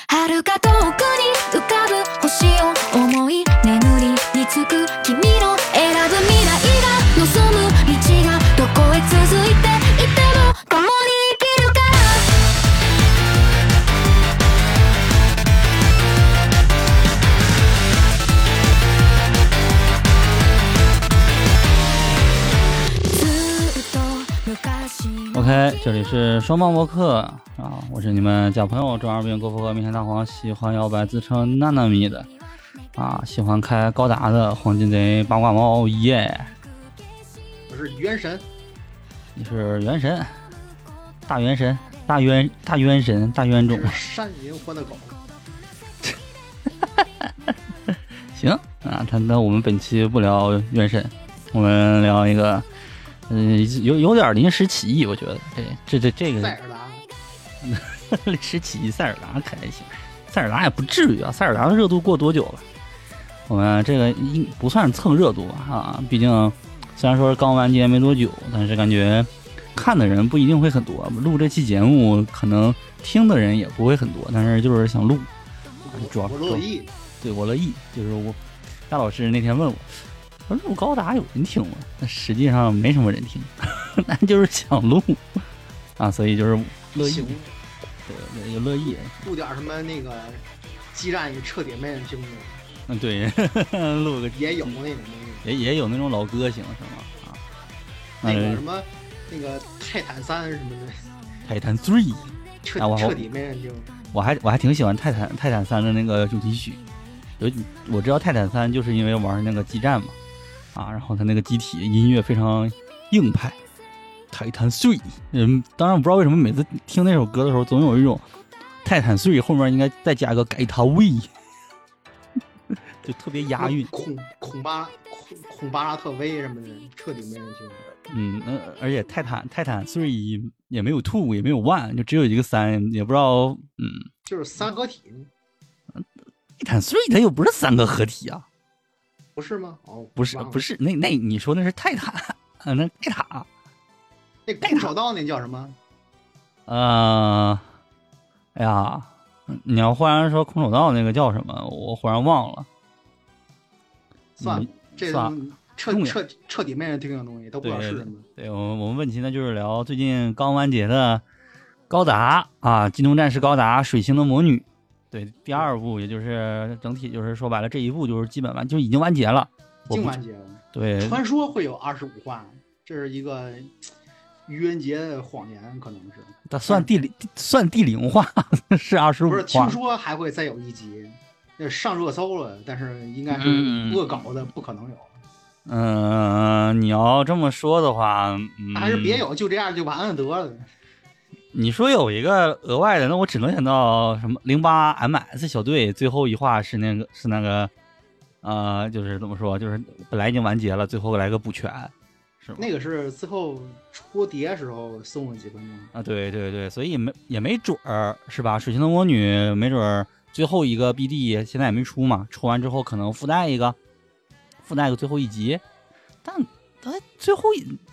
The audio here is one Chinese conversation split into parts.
遥か遠くに浮かぶ星を思い眠りにつく君の選ぶ未来が望む道がどこへ続いていても共に生きるからずっと昔 OK， 这里是双棒播客啊，我是你们假朋友中二病郭富和明天大黄，喜欢摇摆自称娜娜米的啊，喜欢开高达的黄金贼八卦猫耶。 我是元神， 你是元神，大元神，大元神，大元种。 山银欢的狗。 行啊，那我们本期不聊元神，我们聊一个。有点临时起意，我觉得这个塞尔达， 临时起意塞尔达可还行，塞尔达也不至于啊，塞尔达的热度过多久了？我们这个不算是蹭热度啊，毕竟虽然说刚完结没多久，但是感觉看的人不一定会很多。录这期节目可能听的人也不会很多，但是就是想录，主要我乐意， 对我乐意，就是我大老师那天问我。录高达有人听吗？那实际上没什么人听，那就是想录啊，所以就是乐意，对，有乐意录点什么那个激战也彻底没人听的， 对，录个也有那种也有那种老歌型是吗？啊， 那个什么那个泰坦3什么的， 泰坦3， 彻底没人听。 我还挺喜欢泰坦3的那个主题曲，我知道泰坦3就是因为玩那个激战嘛。啊，然后他那个机体音乐非常硬派，泰坦3。当然我不知道为什么每次听那首歌的时候，总有一种泰坦3后面应该再加个盖塔威，就特别押韵。 孔巴拉特威什么的，彻底没人听。 而且泰坦3也没有 2， 也没有1，就只有一个3，也不知道， 就是3合体。 泰坦3它又不是3个合体啊。 不是吗？哦， 不是，那你说那是泰坦啊，那盖塔， 那空手道那叫什么？ 哎呀，你要忽然说空手道那个叫什么，我忽然忘了。 算了，这彻底没人听的东西都不知道是什么。 对，我们问题呢就是聊最近刚完结的高达啊，机动战士高达水星的魔女。对，第2部也就是整体就是说白了，这一部就是基本就已经完结了， 已经完结了。 对， 传说会有25话，这是一个愚人节的谎言，可能是。 它算第0话是25话。 不是，听说还会再有一集，那上热搜了，但是应该是恶搞的，不可能有。 你要这么说的话， 还是别有，就这样就完了得了。 你说有一个额外的，那我只能想到什么08MS 小队最后一话是那个就是怎么说，就是本来已经完结了，最后来个补全，是吗？ 那个是最后戳碟时候送了几分钟啊，对，所以也没准儿是吧？水星的魔女没准儿最后一个 BD 现在也没出嘛，出完之后可能附带个最后一集，但它最后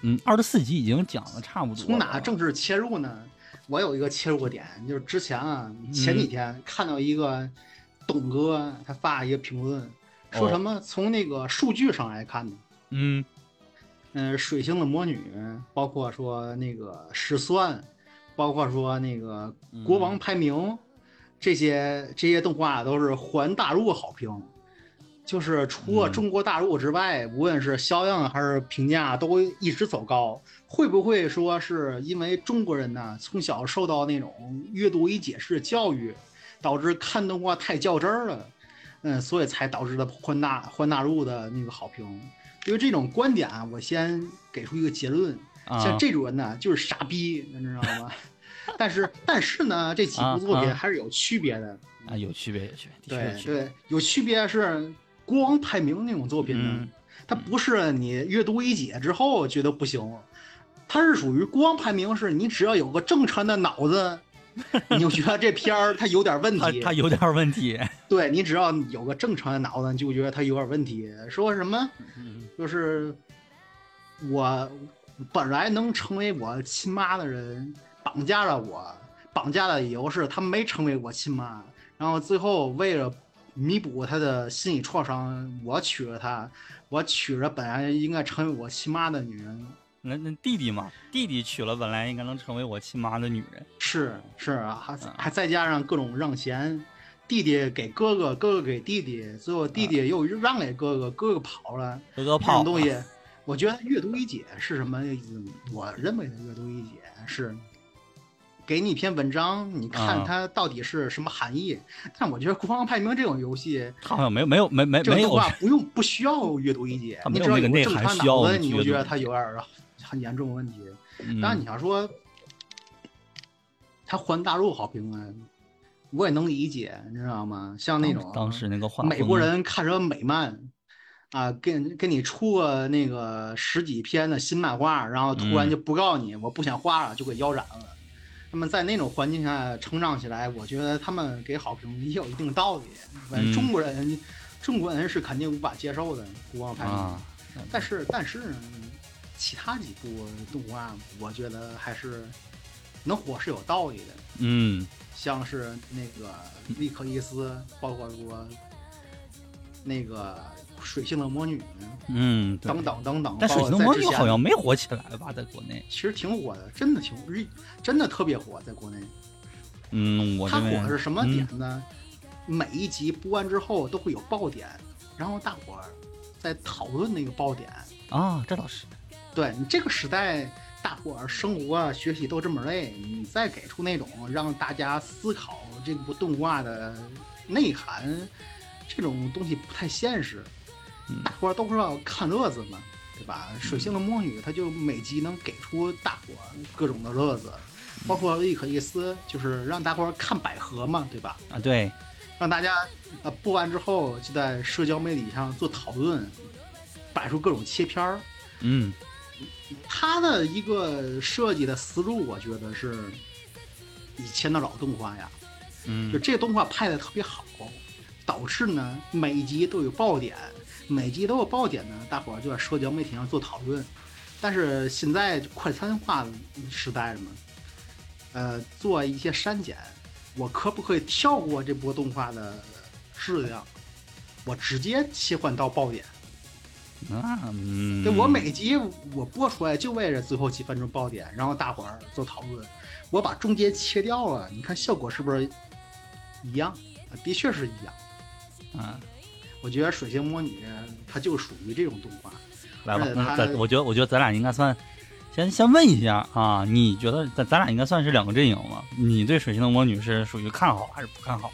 24集已经讲的差不多了。 从哪正式切入呢？我有一个切入点，就是之前前几天看到一个董哥他发一个评论，说什么从那个数据上来看呢，水星的魔女，包括说那个失算，包括说那个国王排名，这些动画都是环大陆好评，就是除了中国大陆之外，无论是销量还是评价都一直走高。会不会说是因为中国人呢从小受到那种阅读与解释教育，导致看动画太较真儿了，所以才导致的环大陆的那个好评。对于这种观点啊，我先给出一个结论，像这种人呢就是傻逼，你知道吗？但是呢，这几部作品还是有区别的啊，有区别， 对，有区别是国王排名那种作品呢，它不是你阅读理解之后觉得不行。它是属于国王排名，是你只要有个正常的脑子，你就觉得这片儿它有点问题。 它有点问题。 对，你只要有个正常的脑子，你就觉得它有点问题。说什么？就是我本来能成为我亲妈的人绑架了我，绑架的理由是他没成为我亲妈， 然后最后为了弥补他的心理创伤，我娶了她，我娶了本来应该成为我亲妈的女人。 那弟弟嘛，弟弟娶了本来应该能成为我亲妈的女人。 是啊，还再加上各种让贤，弟弟给哥哥，哥哥给弟弟，最后弟弟又让给哥哥，哥哥跑了。 哥哥跑了。 这种东西，我觉得阅读理解是什么意思？我认为的阅读理解是给你一篇文章，你看它到底是什么含义。但我觉得《国王排名》这种游戏， 好像没有不需要阅读理解， 你只要有正常脑子，你就觉得它它有点很严重的问题。当然你要说他换大陆好评啊，我也能理解，你知道吗？像那种当时那个美国人看着美漫啊，给你出个那个10几篇的新漫画，然后突然就不告诉你，我不想画了，就给腰斩了。那么在那种环境下成长起来，我觉得他们给好评也有一定道理。中国人是肯定无法接受的国王排名，但是呢，其他几部动画，我觉得还是能火是有道理的。像是那个利克伊斯，包括说那个水星的魔女，等等。 但水星的魔女好像没火起来吧，在国内。 其实挺火的，真的特别火，在国内。它火的是什么点呢？每一集播完之后都会有爆点，然后大伙儿在讨论那个爆点啊，这倒是。 对你这个时代，大伙儿生活啊、学习都这么累，你再给出那种让大家思考这部动画的内涵，这种东西不太现实。大伙儿都是要看乐子嘛，对吧？水星的魔女，它就每集能给出大伙儿各种的乐子，包括利克伊斯，就是让大伙儿看百合嘛，对吧？ 啊，对， 让大家播完之后就在社交媒体上做讨论，摆出各种切片儿。他的一个设计的思路，我觉得是以前的老动画呀，就这个动画拍的特别好，导致呢每一集都有爆点，每集都有爆点呢，大伙儿就在社交媒体上做讨论。但是现在快餐化时代了嘛，做一些删减，我可不可以跳过这波动画的质量，我直接切换到爆点？对，我每集我播出来就为了最后几分钟爆点，然后大伙儿做讨论，我把中间切掉了，你看效果是不是一样？的确是一样。我觉得水星魔女它就属于这种动画。 来吧，我觉得咱俩应该算先问一下啊，你觉得咱俩应该算是两个阵营吗？你对水星的魔女是属于看好还是不看好？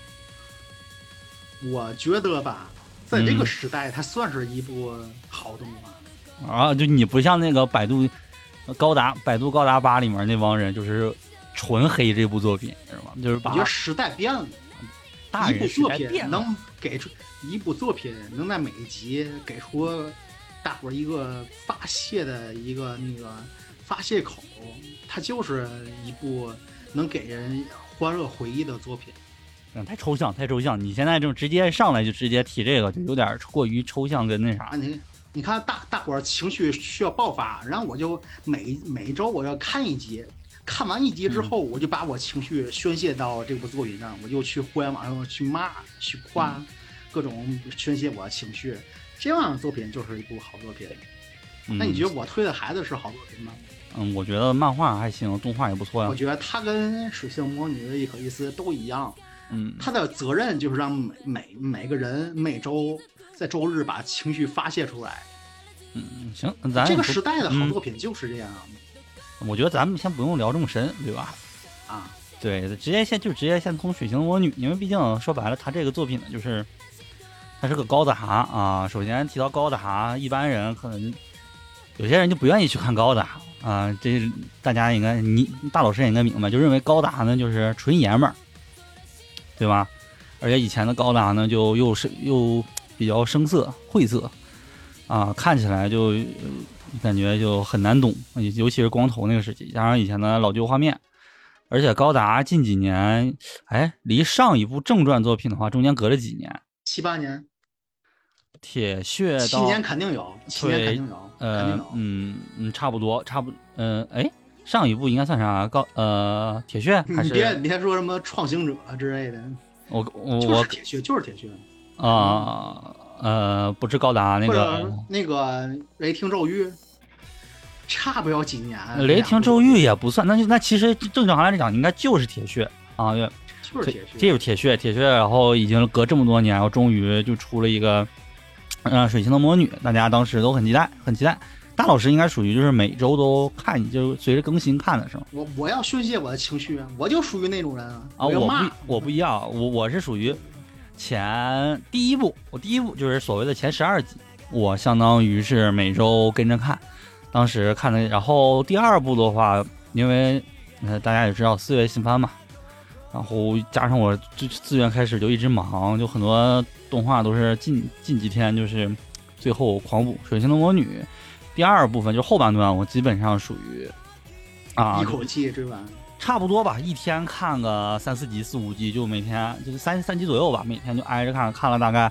我觉得吧，在这个时代，它算是一部好动画就你不像那个百度高达8里面那帮人，就是纯黑这部作品，是吗？就是我觉得时代变了，一部作品能给出一部作品能在每一集给出大伙一个发泄的一个那个发泄口，它就是一部能给人欢乐回忆的作品。 太抽象。你现在就直接上来就直接提这个，就有点过于抽象跟那啥。 你看大伙情绪需要爆发，然后我就每周我要看一集，看完一集之后，我就把我情绪宣泄到这部作品上，我就去互联网上去骂、去夸，各种宣泄我的情绪。这样的作品就是一部好作品。那你觉得我推的孩子是好作品吗？ 我觉得漫画还行，动画也不错呀。 我觉得他跟水星魔女的利克伊斯都一样。他的责任就是让每个人每周在周日把情绪发泄出来。 行，咱这个时代的好作品就是这样。 我觉得咱们先不用聊这么深，对吧？对，直接先从水星魔女，因为毕竟说白了，他这个作品呢，就是他是个高达啊。首先提到高达，一般人可能有些人就不愿意去看高达啊。这大家应该大老师也应该明白，就认为高达呢就是纯爷们儿。对吧？而且以前的高达呢，就又比较生涩、晦涩啊，看起来就感觉就很难懂，尤其是光头那个时期，加上以前的老旧画面。而且高达近几年，离上一部正传作品的话，中间隔了几年 ？7、8年。 铁血到 7年肯定有，7年肯定有， 差不多，上一部应该算啥？铁血还是？ 你别说什么创行者之类的。 就是铁血，就是铁血不是高达那或个者那个雷霆咒域，差不了几年。 雷霆咒域也不算，那其实正常来讲应该就是铁血啊， 就是铁血， 这就是铁血，然后已经隔这么多年，然后终于就出了一个水星的魔女，大家当时都很期待。大老师应该属于就是每周都看，就随着更新看的是吗？ 我要宣泄我的情绪，我就属于那种人啊。 我不一样，我是属于第一部就是所谓的前12集，我相当于是每周跟着看，当时看的。然后第2部的话，因为大家也知道4月新番嘛，然后加上我自愿开始就一直忙，就很多动画都是近几天就是最后狂补水星的魔女。第2部分就是后半段，我基本上属于一口气追完， 差不多吧，一天看个3、4集、4、5集，就每天就是三集左右吧，每天就挨着看了大概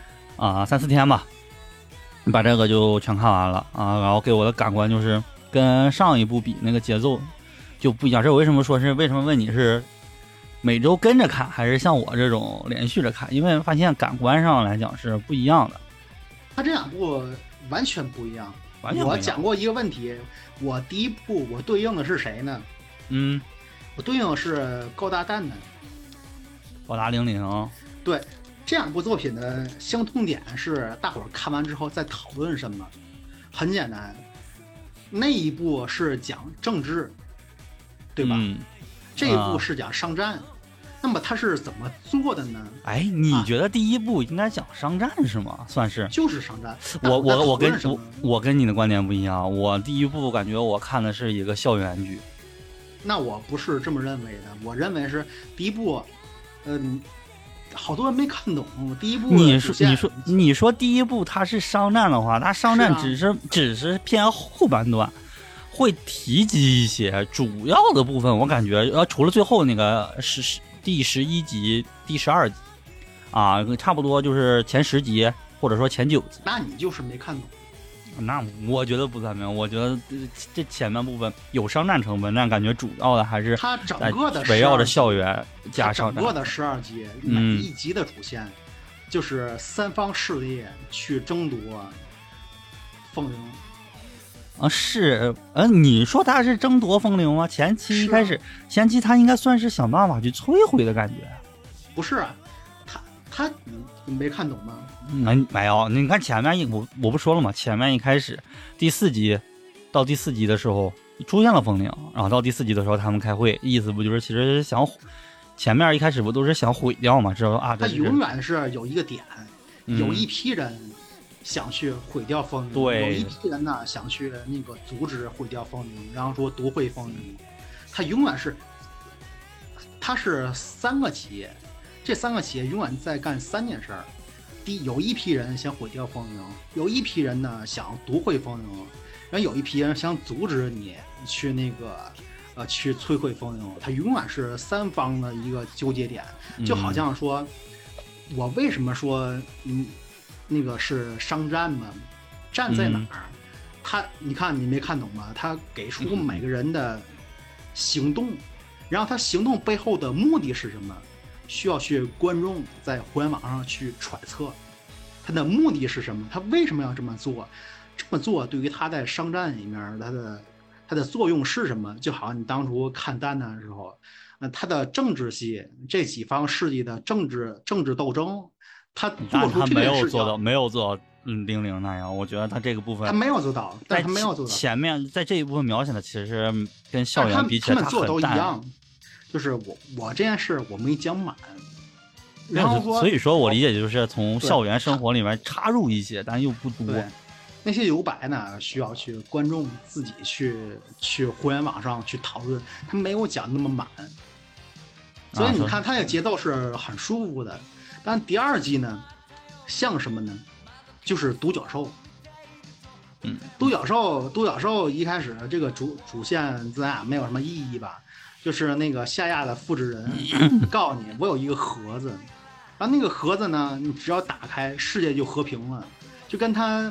3、4天吧，把这个就全看完了啊。然后给我的感官就是跟上一部比，那个节奏就不一样。这我为什么问你是每周跟着看，还是像我这种连续着看？因为发现感官上来讲是不一样的。 它这2部完全不一样。我讲过一个问题，我第1部我对应的是谁呢？我对应的是高达蛋蛋， 高达00。 对，这2部作品的相通点是大伙儿看完之后在讨论什么？很简单，那一部是讲政治，对吧？这一部是讲商战。那么他是怎么做的呢？ 哎，你觉得第1部应该讲商战是吗？算是， 就是商战。 我跟你的观点不一样，我第1部感觉我看的是一个校园剧。 那我不是这么认为的，我认为是第1部，好多人没看懂第1部。你说第1部它是商战的话，它商战只是偏后半段。会提及一些主要的部分，我感觉除了最后那个第11集、第12集啊，差不多就是前10集或者说前9集。 那你就是没看懂。 那我觉得不算没有，我觉得这前半部分有商战成分，但感觉主要的还是它整个的围绕着校园加上整个的12集，每一集的主线就是3方势力去争夺风铃。 是，你说他是争夺风铃吗？前期他应该算是想办法去摧毁的感觉。 不是啊，他你没看懂吗？ 没有，你看前面我不说了吗？前面一开始第4集到第4集的时候出现了风铃，然后到第4集的时候他们开会，意思不就是其实想前面一开始不都是想毁掉吗？知道啊？ 他永远是有一个点，有一批人想去毁掉风铃， 对， 有一批人呢想去那个阻止毁掉风铃，然后说夺回风铃。他永远是，他是3个企业，这3个企业永远在干3件事儿。有一批人想毁掉风铃，有一批人呢想夺回风铃，然后有一批人想阻止你去那个去摧毁风铃。它永远是3方的一个纠结点，就好像说，我为什么说那个是商战嘛？战在哪儿？你看你没看懂吗？他给出每个人的行动，然后他行动背后的目的是什么？需要去观众在互联网上去揣测，他的目的是什么？他为什么要这么做？这么做对于他在商战里面他的作用是什么？就好像你当初看蛋蛋的时候，他的政治戏，这几方势力的政治斗争。他做出这件事情没有做到00那样，我觉得他这个部分他没有做到，但他没有做到。 前面在这一部分描写的其实跟校园比起来， 他们做的都一样。就是我这件事我没讲满，然后所以说我理解就是从校园生活里面插入一些，但又不多。 那些留白呢，需要去观众自己去互联网上去讨论，他没有讲那么满。所以你看，他的节奏是很舒服的。但第2季呢，像什么呢？就是独角兽。独角兽一开始这个主线自然没有什么意义吧，就是那个夏亚的复制人告诉你，我有一个盒子，然后那个盒子呢，你只要打开，世界就和平了，就跟他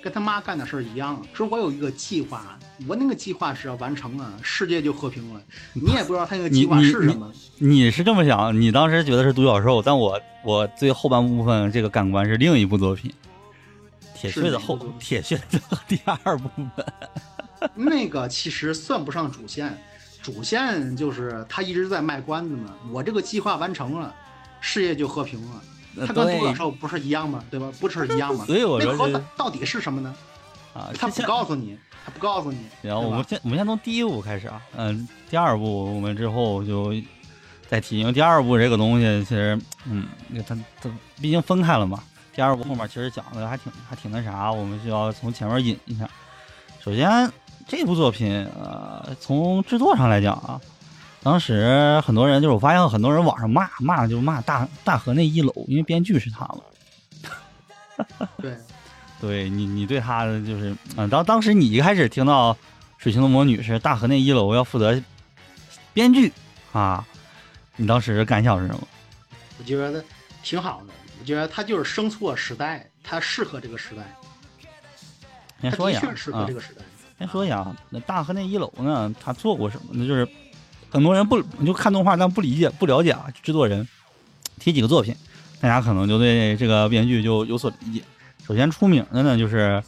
跟他妈干的事儿一样，说我有一个计划，我那个计划是要完成了，世界就和平了。你也不知道他那个计划是什么。 你是这么想？你当时觉得是独角兽，但我最后半部分这个感官是另一部作品，铁血的第二部分。 那个其实算不上主线，主线就是他一直在卖关子嘛。我这个计划完成了，世界就和平了。他跟独角兽不是一样吗？对吧？不是一样吗？ 所以我说那核到底是什么呢？他不告诉你，他不告诉你。 然后我们先从第一部开始啊，第二部我们之后就再提，因为第二部这个东西其实，它毕竟分开了嘛。第二部后面其实讲的还挺那啥，我们需要从前面引一下。首先这部作品，从制作上来讲啊。当时很多人就是我发现很多人网上骂大河内一楼，因为编剧是他嘛。对你对他的就是当时你一开始听到水星的魔女是大河内一楼要负责编剧啊，你当时感想是什么？ 我觉得挺好的，我觉得他就是生错时代，他适合这个时代。 先说一下， 适合这个时代。 先说一下，那大河内一楼呢，他做过什么呢？就是很多人你就看动画但不理解不了解啊，制作人提几个作品，大家可能就对这个编剧就有所理解。首先出名的呢就是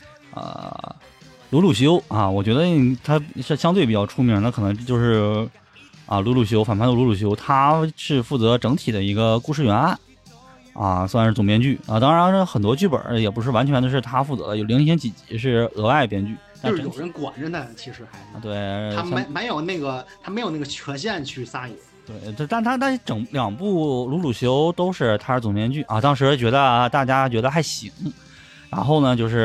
鲁鲁修啊，我觉得他是相对比较出名的，可能就是鲁鲁修反派的鲁鲁修，他是负责整体的一个故事原案啊，算是总编剧啊。当然很多剧本也不是完全的是他负责的，有零星几集是额外编剧。 就是有人管着呢，其实还对， 他没有那个权限去撒野。 对，但他整两部鲁鲁修都是他是总编剧啊。当时觉得大家觉得还行，然后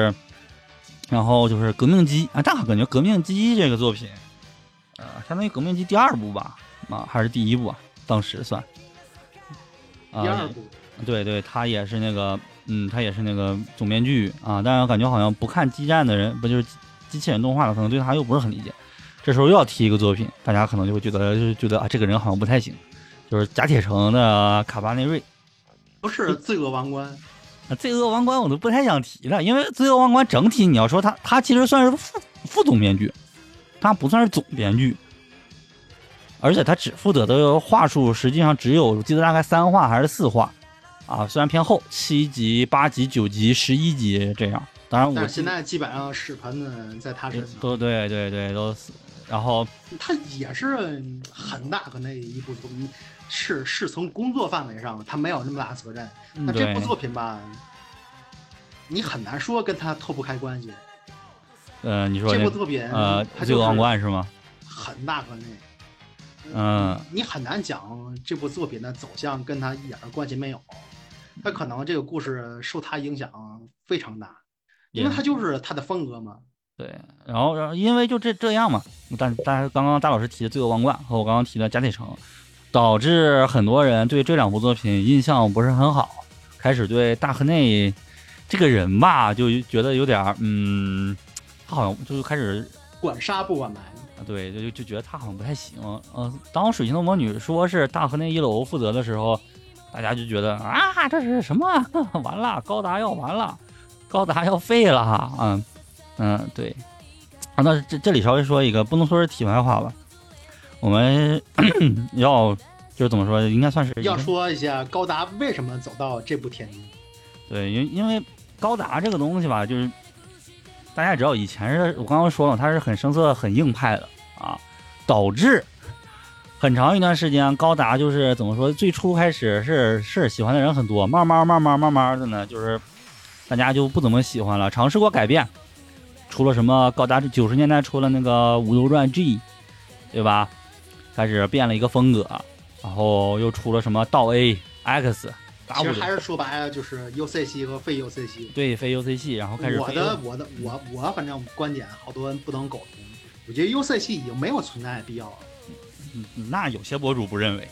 就是革命机啊，但我感觉革命机这个作品，相当于革命机第二部吧，还是第一部啊？当时算第二部。 对，他也是那个总编剧啊。但是感觉好像不看激战的人，不就是机器人动画的，可能对他又不是很理解。这时候又要提一个作品，大家可能就会觉得啊，这个人好像不太行，就是甲铁城的卡巴内瑞， 不是罪恶王冠。 罪恶王冠我都不太想提了，因为罪恶王冠整体你要说他其实算是副总编剧，他不算是总编剧，而且他只负责的话数实际上只有我记得大概3话还是4话啊，虽然偏后7集、8集、9集、11集这样。当然但是现在基本上屎盆子在他身上， 都对都死。然后他也是很大的那一部作品，是从工作范围上他没有那么大责任。那这部作品吧，你很难说跟他脱不开关系。 你说这部作品罪恶王冠是吗？ 很大的你很难讲这部作品的走向跟他一点关系没有。他可能这个故事受他影响非常大。因为他就是他的风格嘛。 对，然后因为就这样嘛，但是刚刚大老师提的《罪恶王冠》和我刚刚提的《甲铁城》，导致很多人对这两部作品印象不是很好，开始对大河内这个人吧就觉得有点他好像就开始管杀不管埋。 对，就觉得他好像不太行。当水星的魔女说是大河内一楼负责的时候，大家就觉得啊，这是什么？完了，高达要完了。高达要废了哈，对，那这里稍微说一个，不能说是题外话吧，我们要就是怎么说，应该算是要说一下高达为什么走到这步田地。 对，因为高达这个东西吧，就是大家也知道，以前是我刚刚说了，它是很生涩、很硬派的啊，导致很长一段时间高达就是怎么说，最初开始是喜欢的人很多，慢慢的呢，就是大家就不怎么喜欢了，尝试过改变，出了什么高达90年代出了那个武斗传 G， 对吧？开始变了一个风格，然后又出了什么道 A、X， 其实还是说白了就是 UCC 和非 UCC。 对，非 UCC， 然后开始我反正观点好多人不能苟同，我觉得 UCC 已经没有存在的必要了。 那有些博主不认为。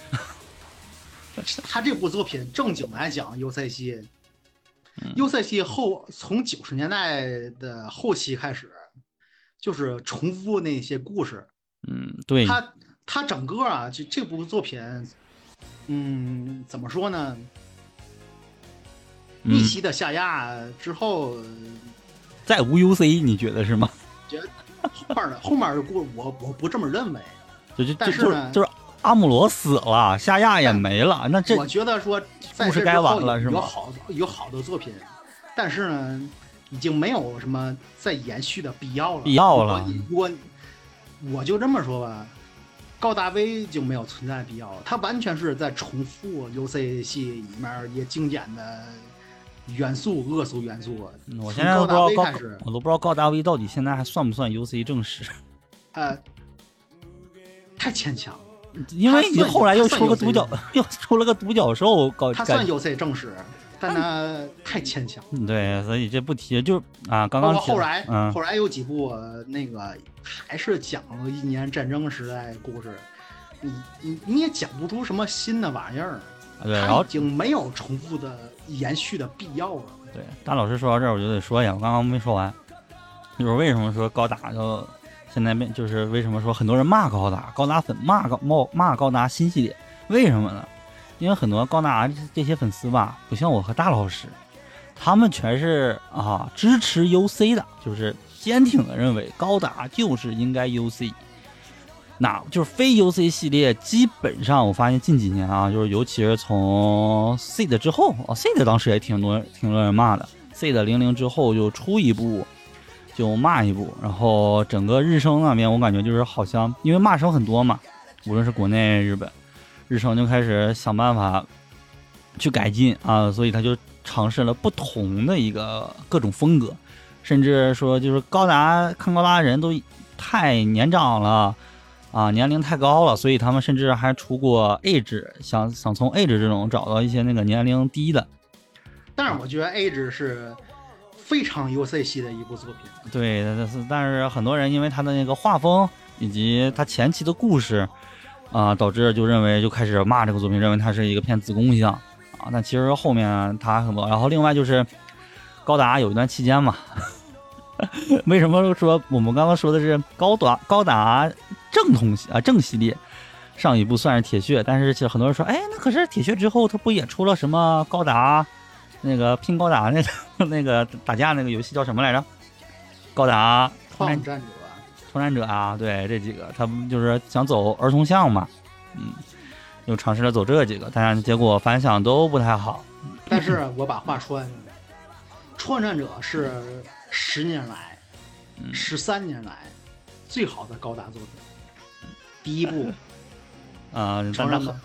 他这部作品正经来讲 UCC 后从90年代的后期开始，就是重复那些故事。 对。 他整个啊，这部作品，怎么说呢？逆袭的下亚之后， 再无 UC， 你觉得是吗？ 觉得后面的故事我不这么认为。但是呢， 就是阿姆罗死了，夏亚也没了，那这我觉得说故事该完了是吗？ 有好的作品，但是呢，已经没有什么再延续的必要了。我就这么说吧，高达 V 就没有存在必要了，它完全是在重复 UC 系里面一些经典的元素、恶俗元素。 我现在都不知道我都不知道高达 V 到底现在还算不算 UC 正史？ 太牵强。 因为你后来又出了个独角兽， 他算 UC 正史，但他太牵强。 对，所以这不提就啊，刚刚后来有几部那个还是讲了1年战争时代故事，你也讲不出什么新的玩意儿。 对，然后已经没有重复的延续的必要了。 对，大老师说到这儿，我就得说一下，我刚刚没说完，就是为什么说高达就。现在就是为什么说很多人骂高达粉骂高达新系列？为什么呢？因为很多高达这些粉丝吧，不像我和大老师，他们全是支持 UC 的，就是坚挺的认为高达就是应该 UC。那就是非 UC 系列，基本上我发现近几年就是尤其是从 Seed 之后，Seed 当时也挺多人骂的 ，Seed 00之后就出一部。就骂一部，然后整个日升那边我感觉就是好像因为骂声很多嘛，无论是国内日本，日升就开始想办法去改进所以他就尝试了不同的一个各种风格，甚至说就是看高达的人都太年长了年龄太高了，所以他们甚至还出过 Age， 想从 Age 这种找到一些那个年龄低的。 但是我觉得 Age 是非常 UC 系的一部作品。 对，但是很多人因为他的那个画风以及他前期的故事导致就开始骂这个作品，认为它是一个偏子宫向但其实后面他很多。然后另外就是高达有一段期间嘛为什么说我们刚刚说的是高达正系列上一部算是铁血，但是其实很多人说那可是铁血之后他不也出了什么高达那个拼高达那个打架那个游戏叫什么来着？高达创战者对，这几个他们就是想走儿童向嘛，又尝试了走这几个，但是结果反响都不太好。 但是我把话说完，创战者是10年来、13年来最好的高达作品，第一部承认吗？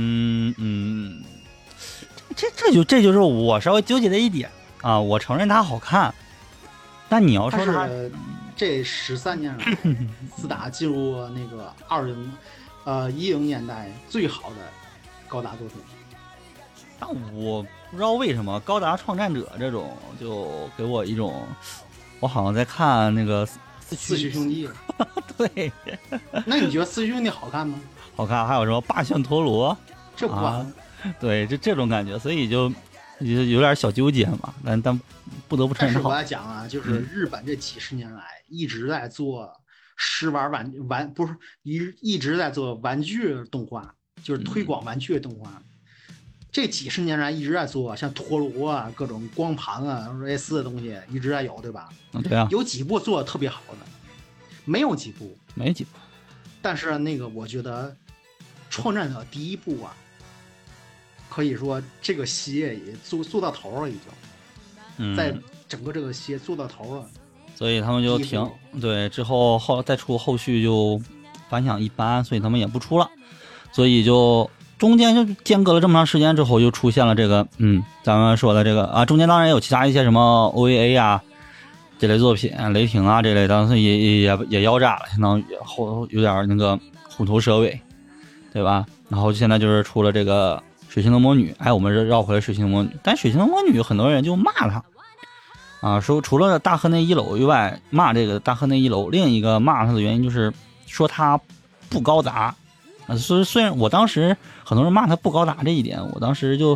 这就是我稍微纠结的一点我承认它好看，但你要说它这13年来自打进入那个10年代最好的高达作品。 但我不知道为什么高达创战者这种就给我一种，我好像在看那个四驱兄弟对那你觉得四驱兄弟好看吗？ 好看，还有什么霸炫陀螺， 这不完对，这种感觉，所以就有点小纠结嘛。但不得不承认。 但是我要讲就是日本这几十年来一直在做试玩不是一直在做玩具动画，就是推广玩具动画。这几十年来一直在做，像陀螺各种光盘类似的东西一直在有，对吧？ 对啊。 有几部做的特别好的，没几部。但是那个我觉得创战者第一部可以说这个系列也做到头了，已经在整个这个系列做到头了， 所以他们就停。对，之后再出后续就反响一般，所以他们也不出了，所以就中间就间隔了这么长时间之后，又出现了这个咱们说的这个中间当然也有其他一些什么 OVA 这类作品，雷霆这类，当时也腰斩了，相当于后有点那个虎头蛇尾，对吧？然后现在就是出了这个水星的魔女，我们绕回来水星的魔女，但水星的魔女很多人就骂她说除了大河内一楼以外骂这个大河内一楼，另一个骂她的原因就是说她不高达虽然我当时很多人骂她不高达这一点，我当时就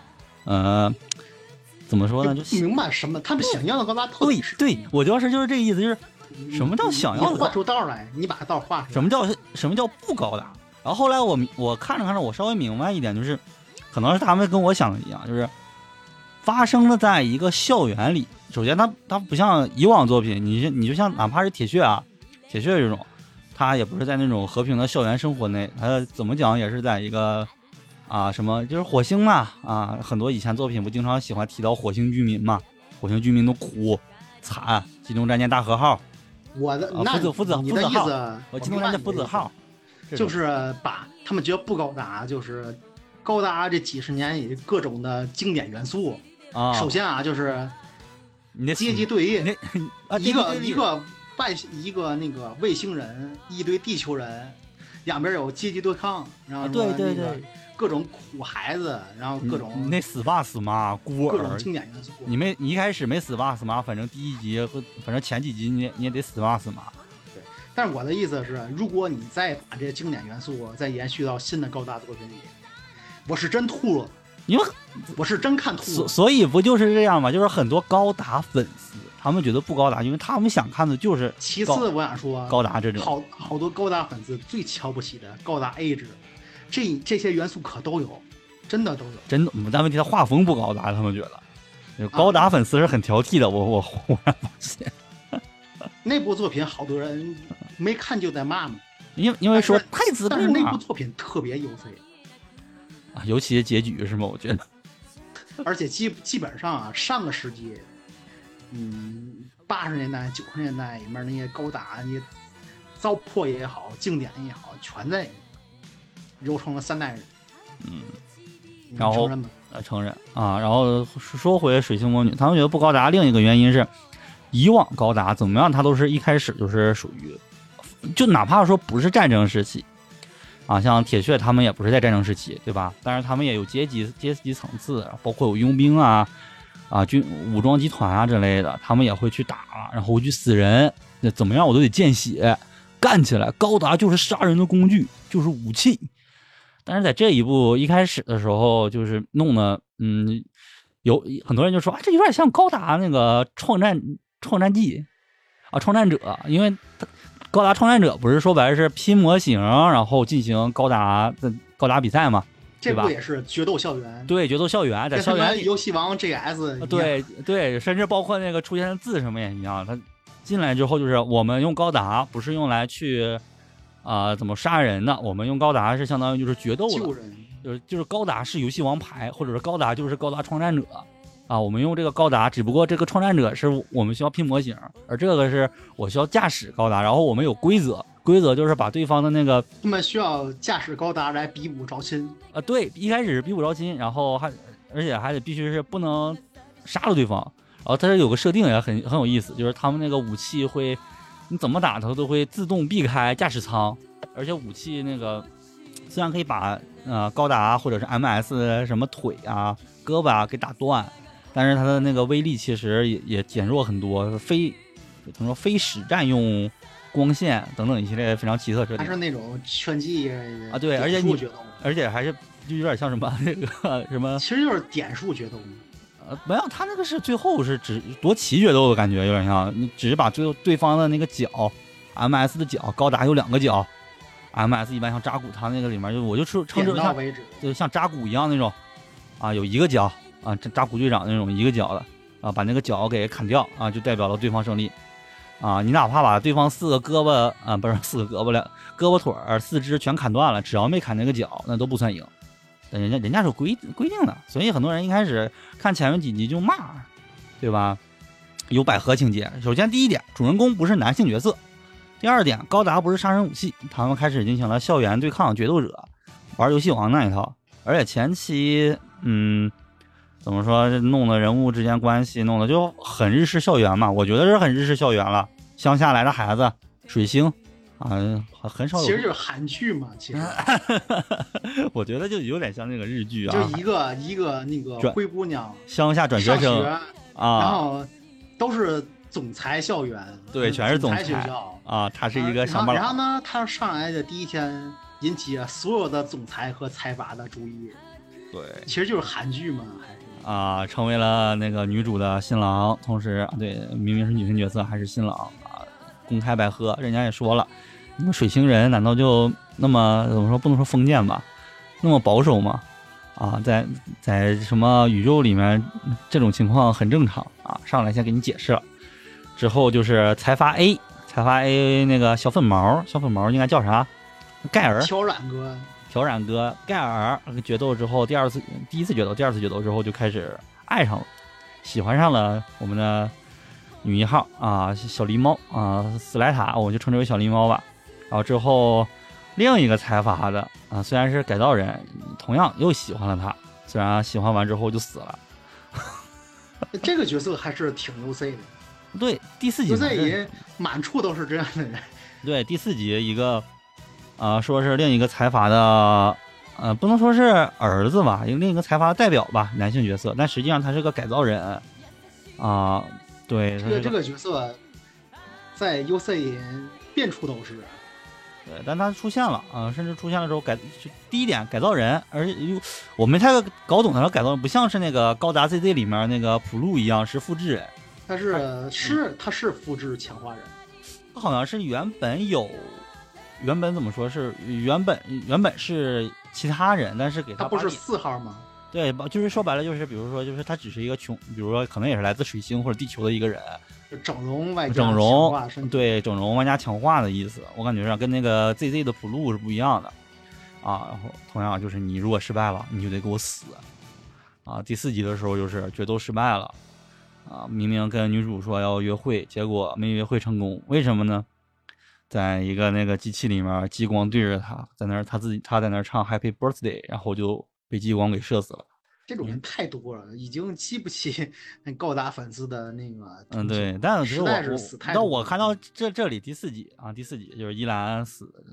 怎么说呢，就明白什么他们想要的高达特对，我当时就是这个意思，就是什么叫想要的， 你画出道来，你把道画出来， 什么叫不高达。然后后来我看着我稍微明白一点，就是可能是他们跟我想的一样，就是发生了在一个校园里。首先它不像以往作品，你就像哪怕是铁血这种，它也不是在那种和平的校园生活内，它怎么讲也是在一个什么就是火星嘛很多以前作品不经常喜欢提到火星居民嘛，火星居民的苦惨，机动战舰大和号， 我的福子你的意号， 思， 机动战舰福子号， 就是把他们觉得不高达，就是高达这几十年里各种的经典元素首先就是阶级对立，一个那个卫星人，一堆地球人，两边有阶级对抗，然后对各种苦孩子，然后各种你那死爸死妈孤儿， 各种经典元素。 你一开始没死爸死妈，反正第一集反正前几集你也得死爸死妈。 对，但是我的意思是，如果你再把这些经典元素再延续到新的高达作品里，我是真吐了。 因为我是真看吐了， 所以不就是这样吗？就是很多高达粉丝，他们觉得不高达，因为他们想看的就是。 其次，我想说， 高达这种好多高达粉丝最瞧不起的高达 A 制，这些元素可都有，真的都有。 真的，但问题他画风不高达，他们觉得高达粉丝是很挑剔的。我忽然发现， 那部作品好多人没看就在骂嘛， 因为说太自贡了。 但是那部作品特别优秀。 尤其是结局是吗？我觉得， 而且基本上上个世纪，80年代、90年代里面那些高达，那些糟粕也好，经典也好，全在揉成了3代人。 然后承认吗？ 承认啊。然后说回水星魔女，他们觉得不高达，另一个原因是，以往高达怎么样，它都是一开始就是属于，就哪怕说不是战争时期。像铁血他们也不是在战争时期，对吧？但是他们也有阶级层次，包括有佣兵武装集团之类的，他们也会去打，然后会去死人，那怎么样我都得见血，干起来。高达就是杀人的工具，就是武器。但是在这一部一开始的时候，就是弄的，有很多人就说这有点像高达那个创战记创战者，因为高达创战者不是说白了是拼模型，然后进行高达比赛嘛？ 这部也是决斗校园， 对，决斗校园，在校园里， 游戏王 GS， 对，甚至包括那个出现的字什么也一样。他进来之后就是我们用高达不是用来去怎么杀人的，我们用高达是相当于就是决斗的，就是高达是游戏王牌，或者是高达就是高达创战者。我们用这个高达，只不过这个创战者是我们需要拼模型，而这个是我需要驾驶高达，然后我们有规则就是把对方的那个， 他们需要驾驶高达来比武招亲对，一开始是比武招亲，然后而且还得必须是不能杀了对方，然后它是有个设定也很有意思，就是他们那个武器会你怎么打它都会自动避开驾驶舱，而且武器那个虽然可以把高达或者是 MS 什么腿胳膊给打断，但是它的那个威力其实也减弱很多，非实战用光线等等一系列非常奇特设定。 它是那种拳击对，而且还是就有点像什么那个什么， 其实就是点数决斗。 没有，他那个是最后是只夺旗决斗的感觉，有点像你只是把对方的那个脚 ，MS 的脚，高达有2个脚 ，MS 一般像扎古他那个里面我就称之为像扎古一样那种有1个脚。扎古队长那种1个脚的把那个脚给砍掉就代表了对方胜利你哪怕把对方4个胳膊不是4个胳膊了，胳膊腿4肢全砍断了，只要没砍那个脚，那都不算赢。但人家是规定的，所以很多人一开始看前面几集就骂，对吧？有百合情节。首先第一点，主人公不是男性角色；第二点，高达不是杀人武器，他们开始进行了校园对抗决斗者，玩游戏王那一套，而且前期怎么说，弄的人物之间关系弄的就很日式校园嘛，我觉得是很日式校园了。乡下来的孩子，水星很少有， 其实就是韩剧嘛。其实我觉得就有点像那个日剧就一个那个灰姑娘乡下转学生然后都是总裁校园， 对，全是总裁学校他是一个乡巴佬。 然后呢，他上来的第一天引起了所有的总裁和财阀的注意。 对， 其实就是韩剧嘛，还是成为了那个女主的新郎，同时对，明明是女性角色还是新郎公开拜贺。人家也说了，你们水星人难道就那么怎么说，不能说封建吧，那么保守吗？ 啊，在什么宇宙里面这种情况很正常啊，上来先给你解释了。之后就是财阀 A， 财阀 A 那个小粉毛应该叫啥？盖尔。 挑染哥。 挑染哥盖尔决斗之后，第一次决斗，第二次决斗之后就开始爱上了，喜欢上了我们的女一号啊，小狸猫啊，斯莱塔，我就称之为小狸猫吧。然后之后另一个财阀的啊，虽然是改造人，同样又喜欢了他，虽然喜欢完之后就死了。 这个角色还是挺UC的。 对，第4集 UC 也满处都是这样的人。 对，第4集一个。说是另一个财阀的，不能说是儿子吧，另一个财阀的代表吧，男性角色，但实际上他是个改造人，对， 这个角色在 UC 遍处都是， 对，但他出现了甚至出现了之后第一点改造人，而且我没太搞懂他的改造人，不像是那个高达 ZZ 里面那个普路一样是复制人， 他是复制强化人， 他好像是原本怎么说是原本是其他人，但是给他不是4号吗？ 对，就是说白了就是比如说就是他只是一个比如说可能也是来自水星或者地球的一个人， 整容外加强化身体， 对，整容外加强化的意思，我感觉上跟那个 ZZ 的普路是不一样的啊。然后同样就是你如果失败了，你就得给我死啊。第4集的时候就是决斗失败了啊，明明跟女主说要约会，结果没约会成功，为什么呢？在一个那个机器里面，激光对着他，在那儿他在那儿唱 Happy Birthday， 然后就被激光给射死了。 这种人太多了，已经激不起那高达粉丝的那个。 对，但是我看到这里第4集就是伊兰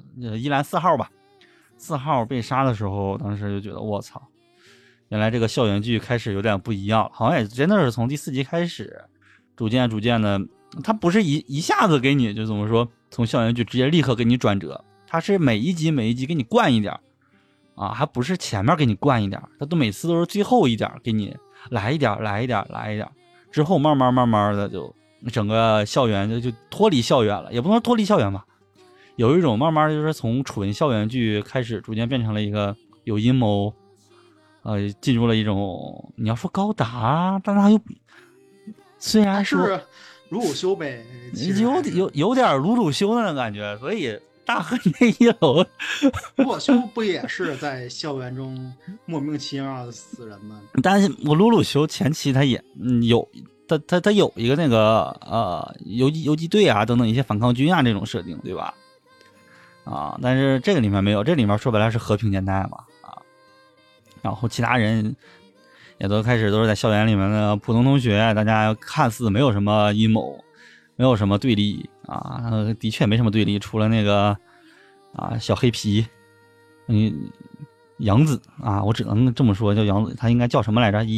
4号吧，4号被杀的时候，当时就觉得我操，原来这个校园剧开始有点不一样了，好像也真的是从第4集开始，逐渐的。他不是一下子给你就怎么说，从校园剧直接立刻给你转折，他是每一集给你灌一点啊，还不是前面给你灌一点，他每次都是最后一点给你来一点，之后慢慢的就整个校园就脱离校园了，也不能说脱离校园吧，有一种慢慢就是从纯校园剧开始逐渐变成了一个有阴谋，进入了一种你要说高达，但他又虽然是鲁鲁修呗， 有点鲁鲁修的那感觉，所以大河那一楼， 鲁鲁修不也是在校园中莫名其妙的死人吗？ 但是我鲁鲁修前期他也有他有一个那个游击队啊等等一些反抗军啊这种设定，对吧？但是这个里面没有，这里面说白了是和平年代嘛然后其他人。也都开始都是在校园里面的普通同学，大家看似没有什么阴谋，没有什么对立的确没什么对立，除了那个小黑皮，杨子我只能这么说叫杨子，他应该叫什么来着？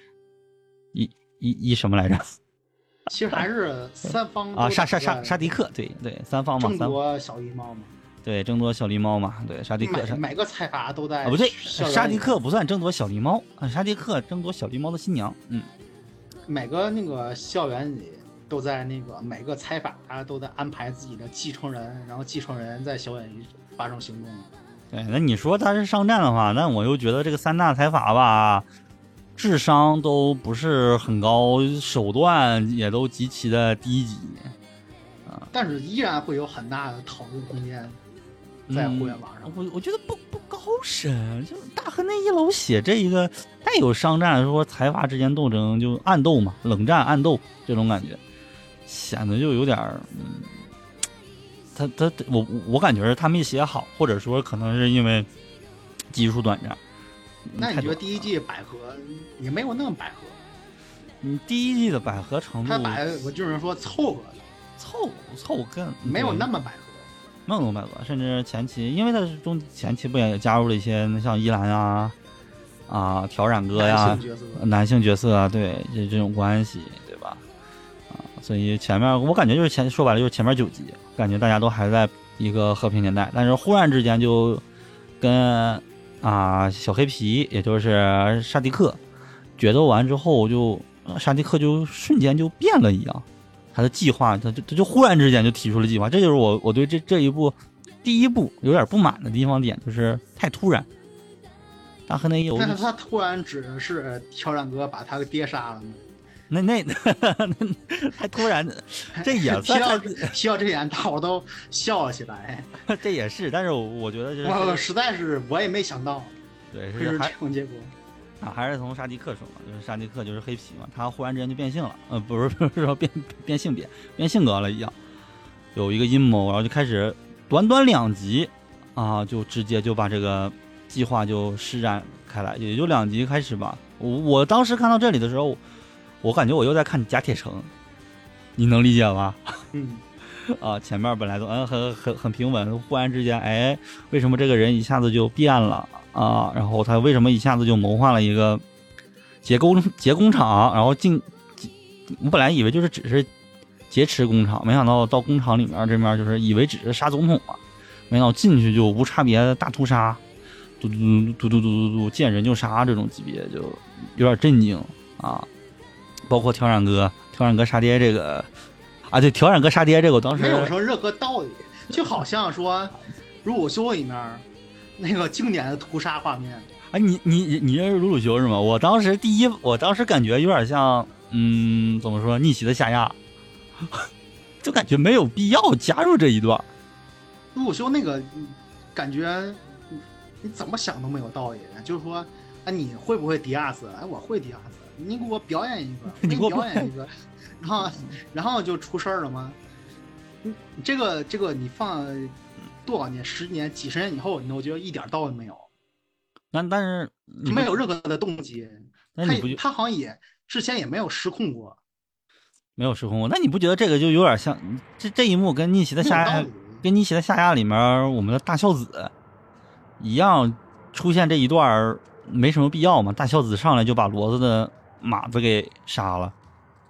什么来着？ 其实还是3方沙迪克，对3方嘛， 争夺小狸猫嘛。 对，争夺小狸猫嘛，对，沙迪克每个财阀都在不对，沙迪克不算争夺小狸猫沙迪克争夺小狸猫的新娘。 每个那个校园里都在那个每个财阀都在安排自己的继承人，然后继承人在校园里发生行动。 对，那你说他是商战的话，那我又觉得这个3大财阀吧，智商都不是很高，手段也都极其的低级但是依然会有很大的讨论空间。在互联网上， 我觉得不高深，就大河那一楼写这一个带有商战，说财阀之间斗争，就暗斗嘛，冷战暗斗这种感觉，显得就有点我感觉是他没写好，或者说可能是因为技术短暂。 那你觉得第1季百合也没有那么百合？ 第1季的百合程度， 我就是说凑合的， 凑跟没有那么百合。 没有那么百合，甚至前期，因为他前期不也加入了一些像依兰挑染哥呀，男性角色对这种关系，对吧？所以前面我感觉就是说白了就是前面9集，感觉大家都还在一个和平年代，但是忽然之间就跟小黑皮，也就是沙迪克决斗完之后，就沙迪克就瞬间就变了一样。他的计划，他就忽然之间就提出了计划，这就是我对这一部第1部有点不满的地方点，就是太突然大河内一楼但是他突然指是挑战哥把他爹杀了呢？ 那还突然，这也提到算提到这点，大伙都笑了起来。 这也是，但是我觉得就是我实在是我也没想到对会是还这种结果。 啊，还是从沙迪克说嘛，就是沙迪克就是黑皮嘛，他忽然之间就变性了，不是说变性别变性格了一样，有一个阴谋，然后就开始短短2集啊，就直接就把这个计划就施展开来，也就2集开始吧。我当时看到这里的时候，我感觉我又在看假铁城，你能理解吗？ 嗯， 啊，前面本来都很平稳，忽然之间，哎，为什么这个人一下子就变了啊？然后他为什么一下子就谋划了一个劫工厂？然后我本来以为就是只是劫持工厂，没想到到工厂里面这面就是以为只是杀总统嘛，没想到进去就无差别大屠杀，嘟嘟，见人就杀这种级别，就有点震惊啊！包括调染哥杀爹这个。啊，对，调染哥杀爹这个，我当时没有说任何道理，就好像说《鲁鲁修》里面那个经典的屠杀画面。 啊，你认识鲁鲁修是吗？我当时感觉有点像，怎么说，逆袭的夏亚，就感觉没有必要加入这一段。 鲁鲁修那个感觉，你怎么想都没有道理。就是说，啊，你会不会迪亚斯？哎，我会迪亚斯，你给我表演一个，你给我表演一个。然后就出事儿了吗？这个你放多少年、10年、几十年以后，你都觉得一点道理没有。 但是没有任何的动机。他好像也之前也没有失控过。 没有失控过。那你不觉得这个就有点像这一幕跟逆袭的夏亚里面我们的大孝子一样出现这一段没什么必要嘛？大孝子上来就把骡子的马子给杀了。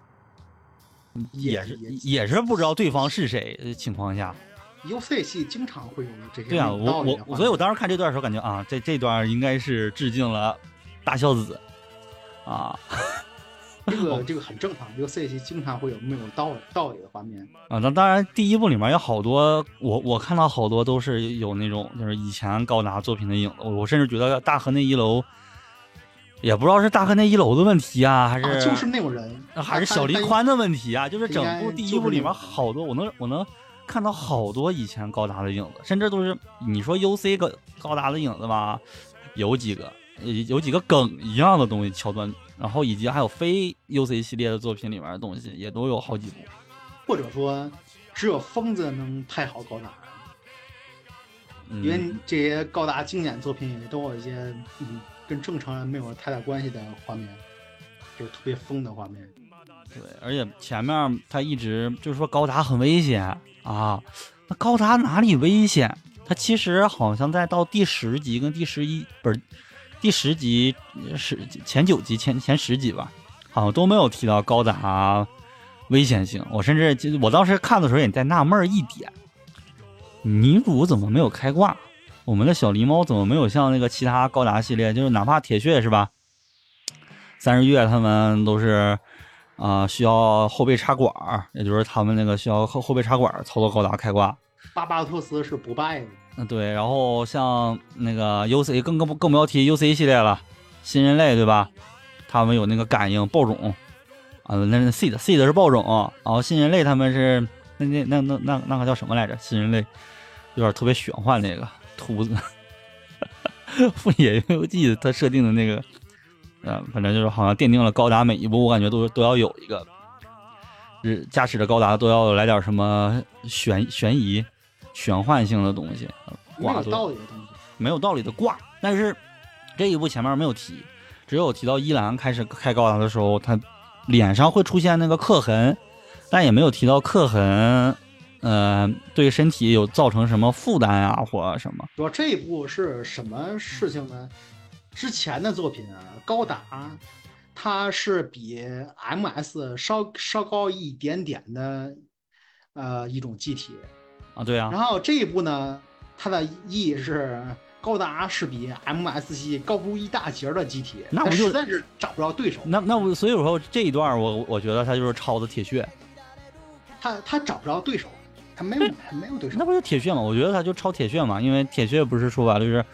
也是不知道对方是谁的情况下 ，UC 系经常会有这些。 对啊，所以我当时看这段的时候感觉啊，这段应该是致敬了大孝子啊。 这个很正常 ，UC 系经常会有没有道理的画面啊。那当然，第1部里面有好多，我看到好多都是有那种就是以前高达作品的影子，我甚至觉得大河内一楼。也不知道是大河内一楼的问题啊，还是就是那种人， 还是小黎宽的问题啊？就是整部第1部里面好多，我能看到好多以前高达的影子，甚至都是你说 UC 高达的影子吧，有几个梗一样的东西桥段，然后以及还有非 UC 系列的作品里面的东西也都有好几部， 或者说只有疯子能拍好高达。因为这些高达经典作品也都有一些跟正常人没有太大关系的画面，就是特别疯的画面。 对，而且前面他一直就是说高达很危险啊，那高达哪里危险？他其实好像在到第10集跟第11不是第10集是前9集前10集吧，好像都没有提到高达危险性。我当时看的时候也在纳闷一点。女主怎么没有开挂？我们的小狸猫怎么没有像那个其他高达系列，就是哪怕铁血是吧？30月他们都是需要后备插管，也就是他们那个需要后备插管操作高达开挂。 巴巴托斯是不败的。 对，然后像那个 UC 更不要提 UC 系列了，新人类对吧？他们有那个感应爆种啊，那是 seed 是爆种，然后新人类他们是那个叫什么来着？新人类有点特别玄幻那个秃子，富野由纪他设定的那个，反正就是好像奠定了高达每一部我感觉都要有一个，驾驶着高达都要来点什么悬疑、玄幻性的东西， 没有道理的东西， 没有道理的挂。但是这一部前面没有提，只有提到伊兰开始开高达的时候，他脸上会出现那个刻痕，但也没有提到刻痕。对身体有造成什么负担啊，或者什么？ 主要这一部是什么事情呢？之前的作品高达它是比 MS 稍高一点点的一种机体啊，对啊。 然后这一部呢，它的意义是高达是比 MS 系高出一大截的机体， 那我实在是找不着对手。 那我所以说这一段我觉得他就是抄的铁血， 他找不着对手。他没有对手， 那不就铁血吗？我觉得他就抄铁血嘛，因为铁血不是说白了就是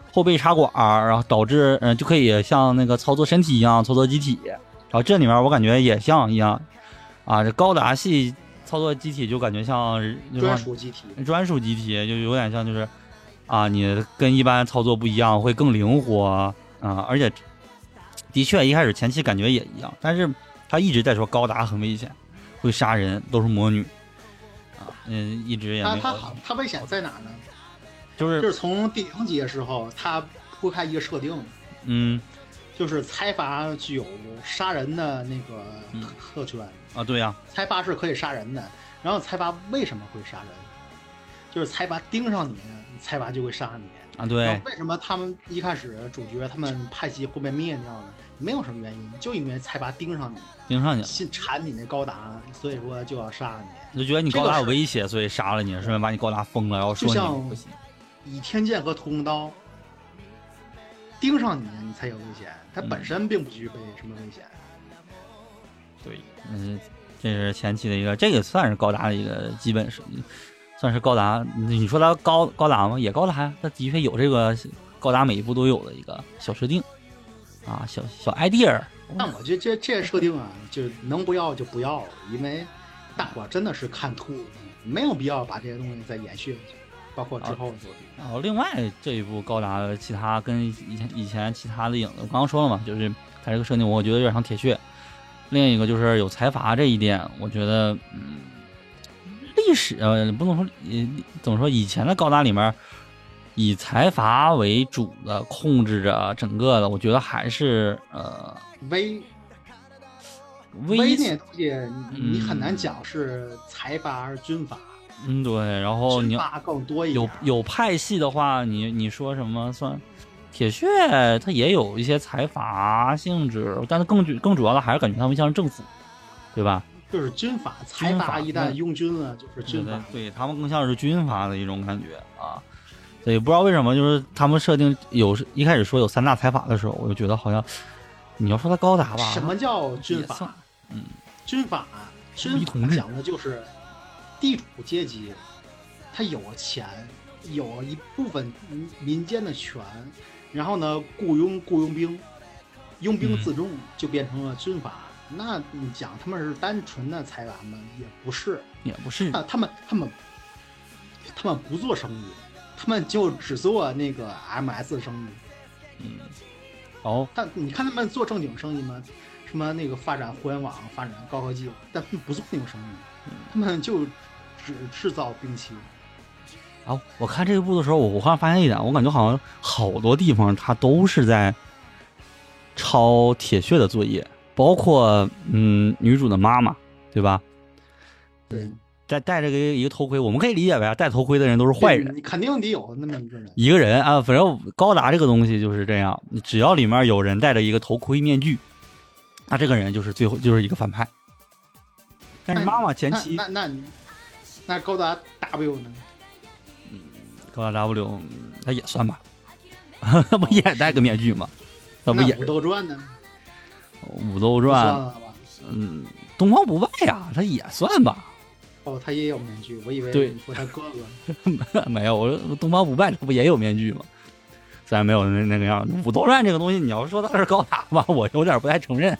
后背插管，然后导致就可以像那个操作身体一样操作机体。然后这里面我感觉也像一样啊，这高达系操作机体就感觉像专属机体， 就有点像就是啊，你跟一般操作不一样，会更灵活啊，而且的确一开始前期感觉也一样，但是他一直在说高达很危险，会杀人，都是魔女啊，一直也没有。 他危险在哪呢？ 就是从第0集的时候，他铺开一个设定，就是财阀具有杀人的那个特权啊，对呀， 财阀是可以杀人的。然后财阀为什么会杀人？就是财阀盯上你，财阀就会杀你啊。对， 为什么他们一开始主角他们派系会被灭掉呢？没有什么原因，就因为财阀盯上你，缠你那高达，所以说就要杀你。 就觉得你高达有威胁，所以杀了你，顺便把你高达封了，然后说你不行。 倚天剑和屠龙刀盯上你，你才有危险，它本身并不具备什么危险。 对，这是前期的一个，这个算是高达的一个基本设计，算是高达。你说它高达吗？也高达呀，它的确有这个高达每一部都有的一个小设定啊，小 idea。 但我觉得这设定啊，就能不要就不要了，因为大伙真的是看吐了，没有必要把这些东西再延续下去。包括之后的作品。 然后另外这一部高达其他跟以前其他的影子，我刚刚说了嘛，就是它这个设定我觉得有点像铁血。另一个就是有财阀这一点，我觉得历史不能说怎么说，以前的高达里面以财阀为主的控制着整个的，我觉得还是威那些东西你很难讲是财阀还是军阀。 对，然后你更多一点有派系的话，你说什么算铁血，它也有一些财阀性质，但是更主要的还是感觉他们像是政府，对吧？ 就是军阀，财阀一旦拥军了，就是军阀， 对他们更像是军阀的一种感觉啊。所以不知道为什么，就是他们设定一开始说有3大财阀的时候，我就觉得好像你要说它高达吧， 什么叫军阀？军阀讲的就是地主阶级，他有钱，有一部分民间的权，然后呢雇佣兵，拥兵自重，就变成了军阀。那你讲他们是单纯的财阀吗？也不是。他们不做生意，他们就只做那个 MS 生意。但你看他们做正经生意吗？什么那个发展互联网、发展高科技，但他们不做那种生意，他们就只制造兵器。 我看这一部的时候，我忽然发现一点，我感觉好像好多地方他都是在抄铁血的作业，包括女主的妈妈，对吧？ 对， 戴着一个头盔，我们可以理解为戴头盔的人都是坏人， 你肯定得有那么一个人啊。反正高达这个东西就是这样，只要里面有人戴着一个头盔面具，那这个人就是最后就是一个反派。但是妈妈前期那高达 W 呢？ 高达 W 他也算吧，他不也戴个面具吗？他不也武斗传呢？ 武斗传，东方不败呀，他也算吧。 他也有面具，我以为你说他哥哥。没有，我东方不败他不也有面具吗？虽然没有那个样。武斗传这个东西，你要说他是高达吧，我有点不太承认。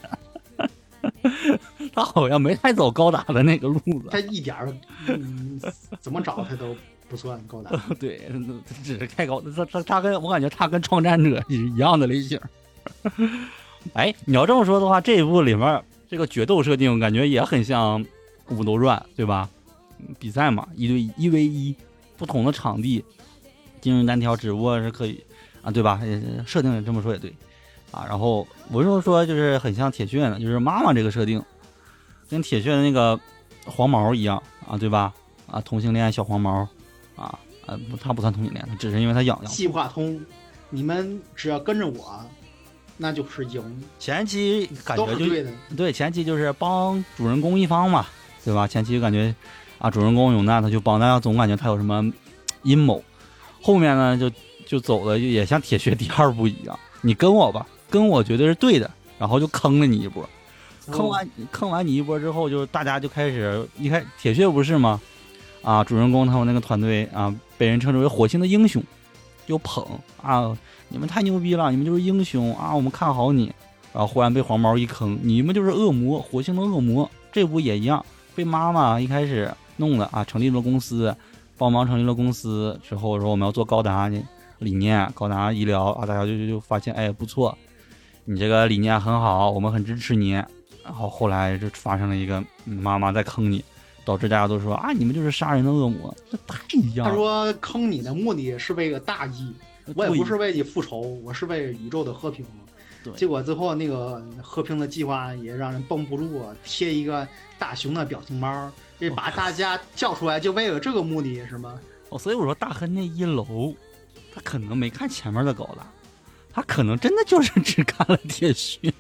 他好像没太走高达的那个路子， 他一点怎么找他都不算高达。 对，只是太高。他跟我感觉他跟创战者是一样的类型。哎，你要这么说的话，这一部里面这个决斗设定感觉也很像武斗传，对吧？比赛嘛，1v1，不同的场地，进入单挑，只不过是可以啊，对吧？设定这么说也对啊。然后我就说就是很像铁血呢，就是妈妈这个设定跟铁血的那个黄毛一样啊，对吧？啊，同性恋小黄毛啊，他不算同性恋，只是因为他痒痒。 细化通，你们只要跟着我，那就是赢。 前期感觉就对的， 对，前期就是帮主人公一方嘛，对吧？前期感觉啊，主人公有难他就帮，但总感觉他有什么阴谋。后面呢就走的也像铁血第2部一样，你跟我吧，跟我绝对是对的，然后就坑了你一波。坑完你一波之后，就大家就开始铁血不是吗？啊，主人公他们那个团队啊，被人称之为火星的英雄， 就捧啊，你们太牛逼了，你们就是英雄啊，我们看好你。然后忽然被黄毛一坑，你们就是恶魔，火星的恶魔。这不也一样，被妈妈一开始弄的啊，成立了公司，帮忙成立了公司之后说我们要做高达理念，高达医疗啊，大家就发现哎不错，你这个理念很好，我们很支持你。然后后来就发生了一个妈妈在坑你，导致大家都说啊你们就是杀人的恶魔，这太一样了。 他说坑你的目的是为了大义，我也不是为你复仇，我是为宇宙的和平。 对， 结果最后那个和平的计划也让人绷不住啊，贴一个大熊的表情包，这把大家叫出来就为了这个目的是吗？ 所以我说大亨那一楼，他可能没看前面的高达，他可能真的就是只看了铁血，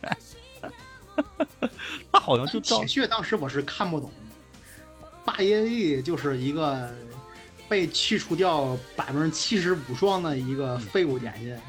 他好像就铁血当时我是看不懂，霸业力就是一个被去除掉75%双的一个废物点心。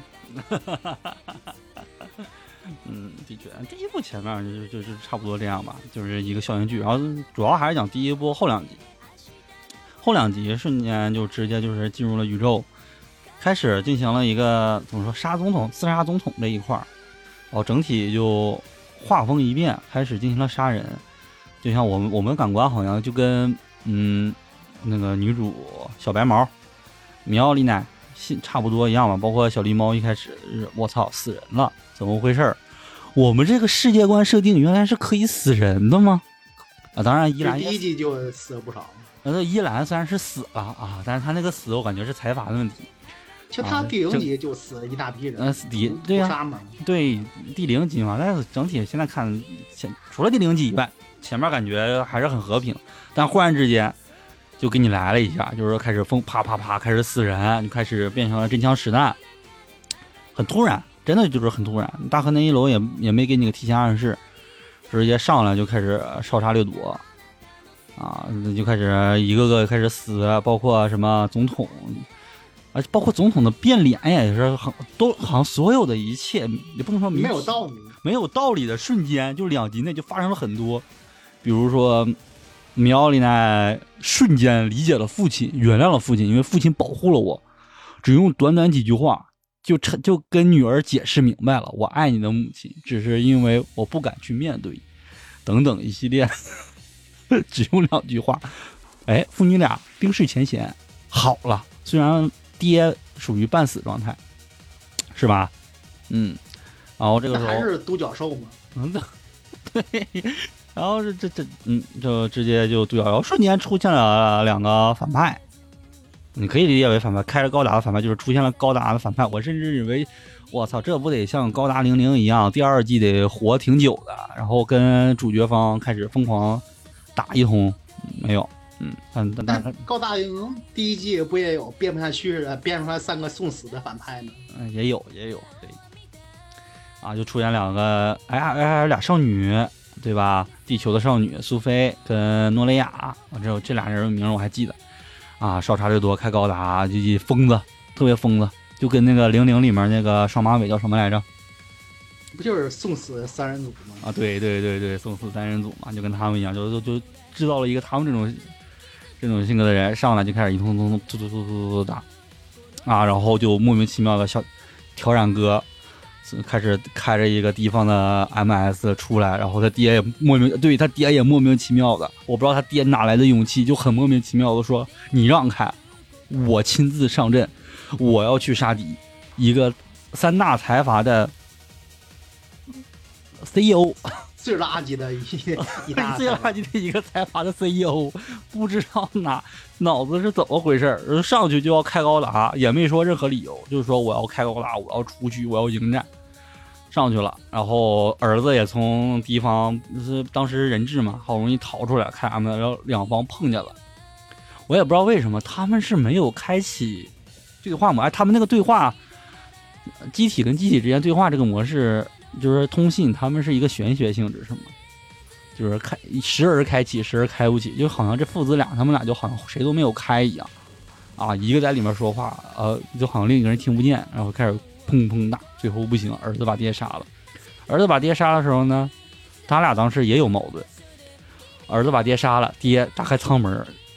的确，第一部前面就是差不多这样吧，就是一个校园剧，然后主要还是讲第一部后两集瞬间就直接就是进入了宇宙，开始进行了一个怎么说刺杀总统这一块，然后整体就画风一变，开始进行了杀人，就像我们感官好像就跟那个女主小白毛米奥丽奈差不多一样吧，包括小狸猫一开始我操死人了，怎么回事？我们这个世界观设定原来是可以死人的吗？啊，当然伊兰第一季就死了不少。 伊兰虽然是死了啊，但是他那个死我感觉是财阀的问题。 就他第0集就死了一大批人， 对呀、 杀嘛， 对第0集嘛，但是整体现在看除了第0集以外，前面感觉还是很和平，但忽然之间就给你来了一下，就是说开始啪啪啪开始死人，就开始变成了真枪实弹，很突然，真的就是很突然。大河那一楼也没给你个提前暗示，直接上来就开始烧杀掠夺啊，就开始一个个开始死，包括什么总统。包括总统的变脸也是都好像所有的一切也不能说没有道理的瞬间，就2集内就发生了很多，比如说米奥丽奈瞬间理解了父亲，原谅了父亲，因为父亲保护了我，只用短短几句话就跟女儿解释明白了，我爱你的母亲，只是因为我不敢去面对，等等一系列，只用2句话，哎，父女俩冰释前嫌，好了，虽然爹属于半死状态，是吧？然后这个时候还是独角兽嘛， 对，然后就直接就独角兽瞬间出现了2个反派，你可以理解为反派，开着高达的反派就是出现了高达的反派，我甚至以为我操，这不得像高达00一样，第2季得活挺久的，然后跟主角方开始疯狂打一通，没有。但高达0第1季不也有编不下去了，编出来3个送死的反派呢？ 也有，对，啊，就出现2个俩少女，对吧？地球的少女苏菲跟诺雷亚，这俩人名我还记得，啊，烧杀掠夺开高达，就疯子，特别疯子，就跟那个00里面那个双马尾叫什么来着？ 不就是送死3人组吗？ 啊，对，送死3人组嘛，就跟他们一样，就制造了一个他们这种性格的人上来就开始一通突打啊，然后就莫名其妙的小挑染哥开始开着一个地方的 MS 出来，然后他爹也莫名其妙的，我不知道他爹哪来的勇气，就很莫名其妙的说你让开，我亲自上阵，我要去杀敌一个3大财阀的 CEO。 最垃圾的一大最垃圾的一个财阀的 CEO， 不知道脑子是怎么回事，上去就要开高达，也没说任何理由，就是说我要开高达，我要出去，我要迎战，上去了。然后儿子也从敌方，当时人质嘛，好容易逃出来，看他们2方碰见了。我也不知道为什么他们是没有开启对话模式，他们那个对话，机体跟机体之间对话这个模式。就是通信，他们是一个玄学性质，是吗？就是时而开启，时而开不起，就好像这父子俩，他们俩就好像谁都没有开一样，啊，一个在里面说话，就好像另一个人听不见，然后开始砰砰打，最后不行，儿子把爹杀了。儿子把爹杀的时候呢，他俩当时也有矛盾，儿子把爹杀了，爹打开舱门，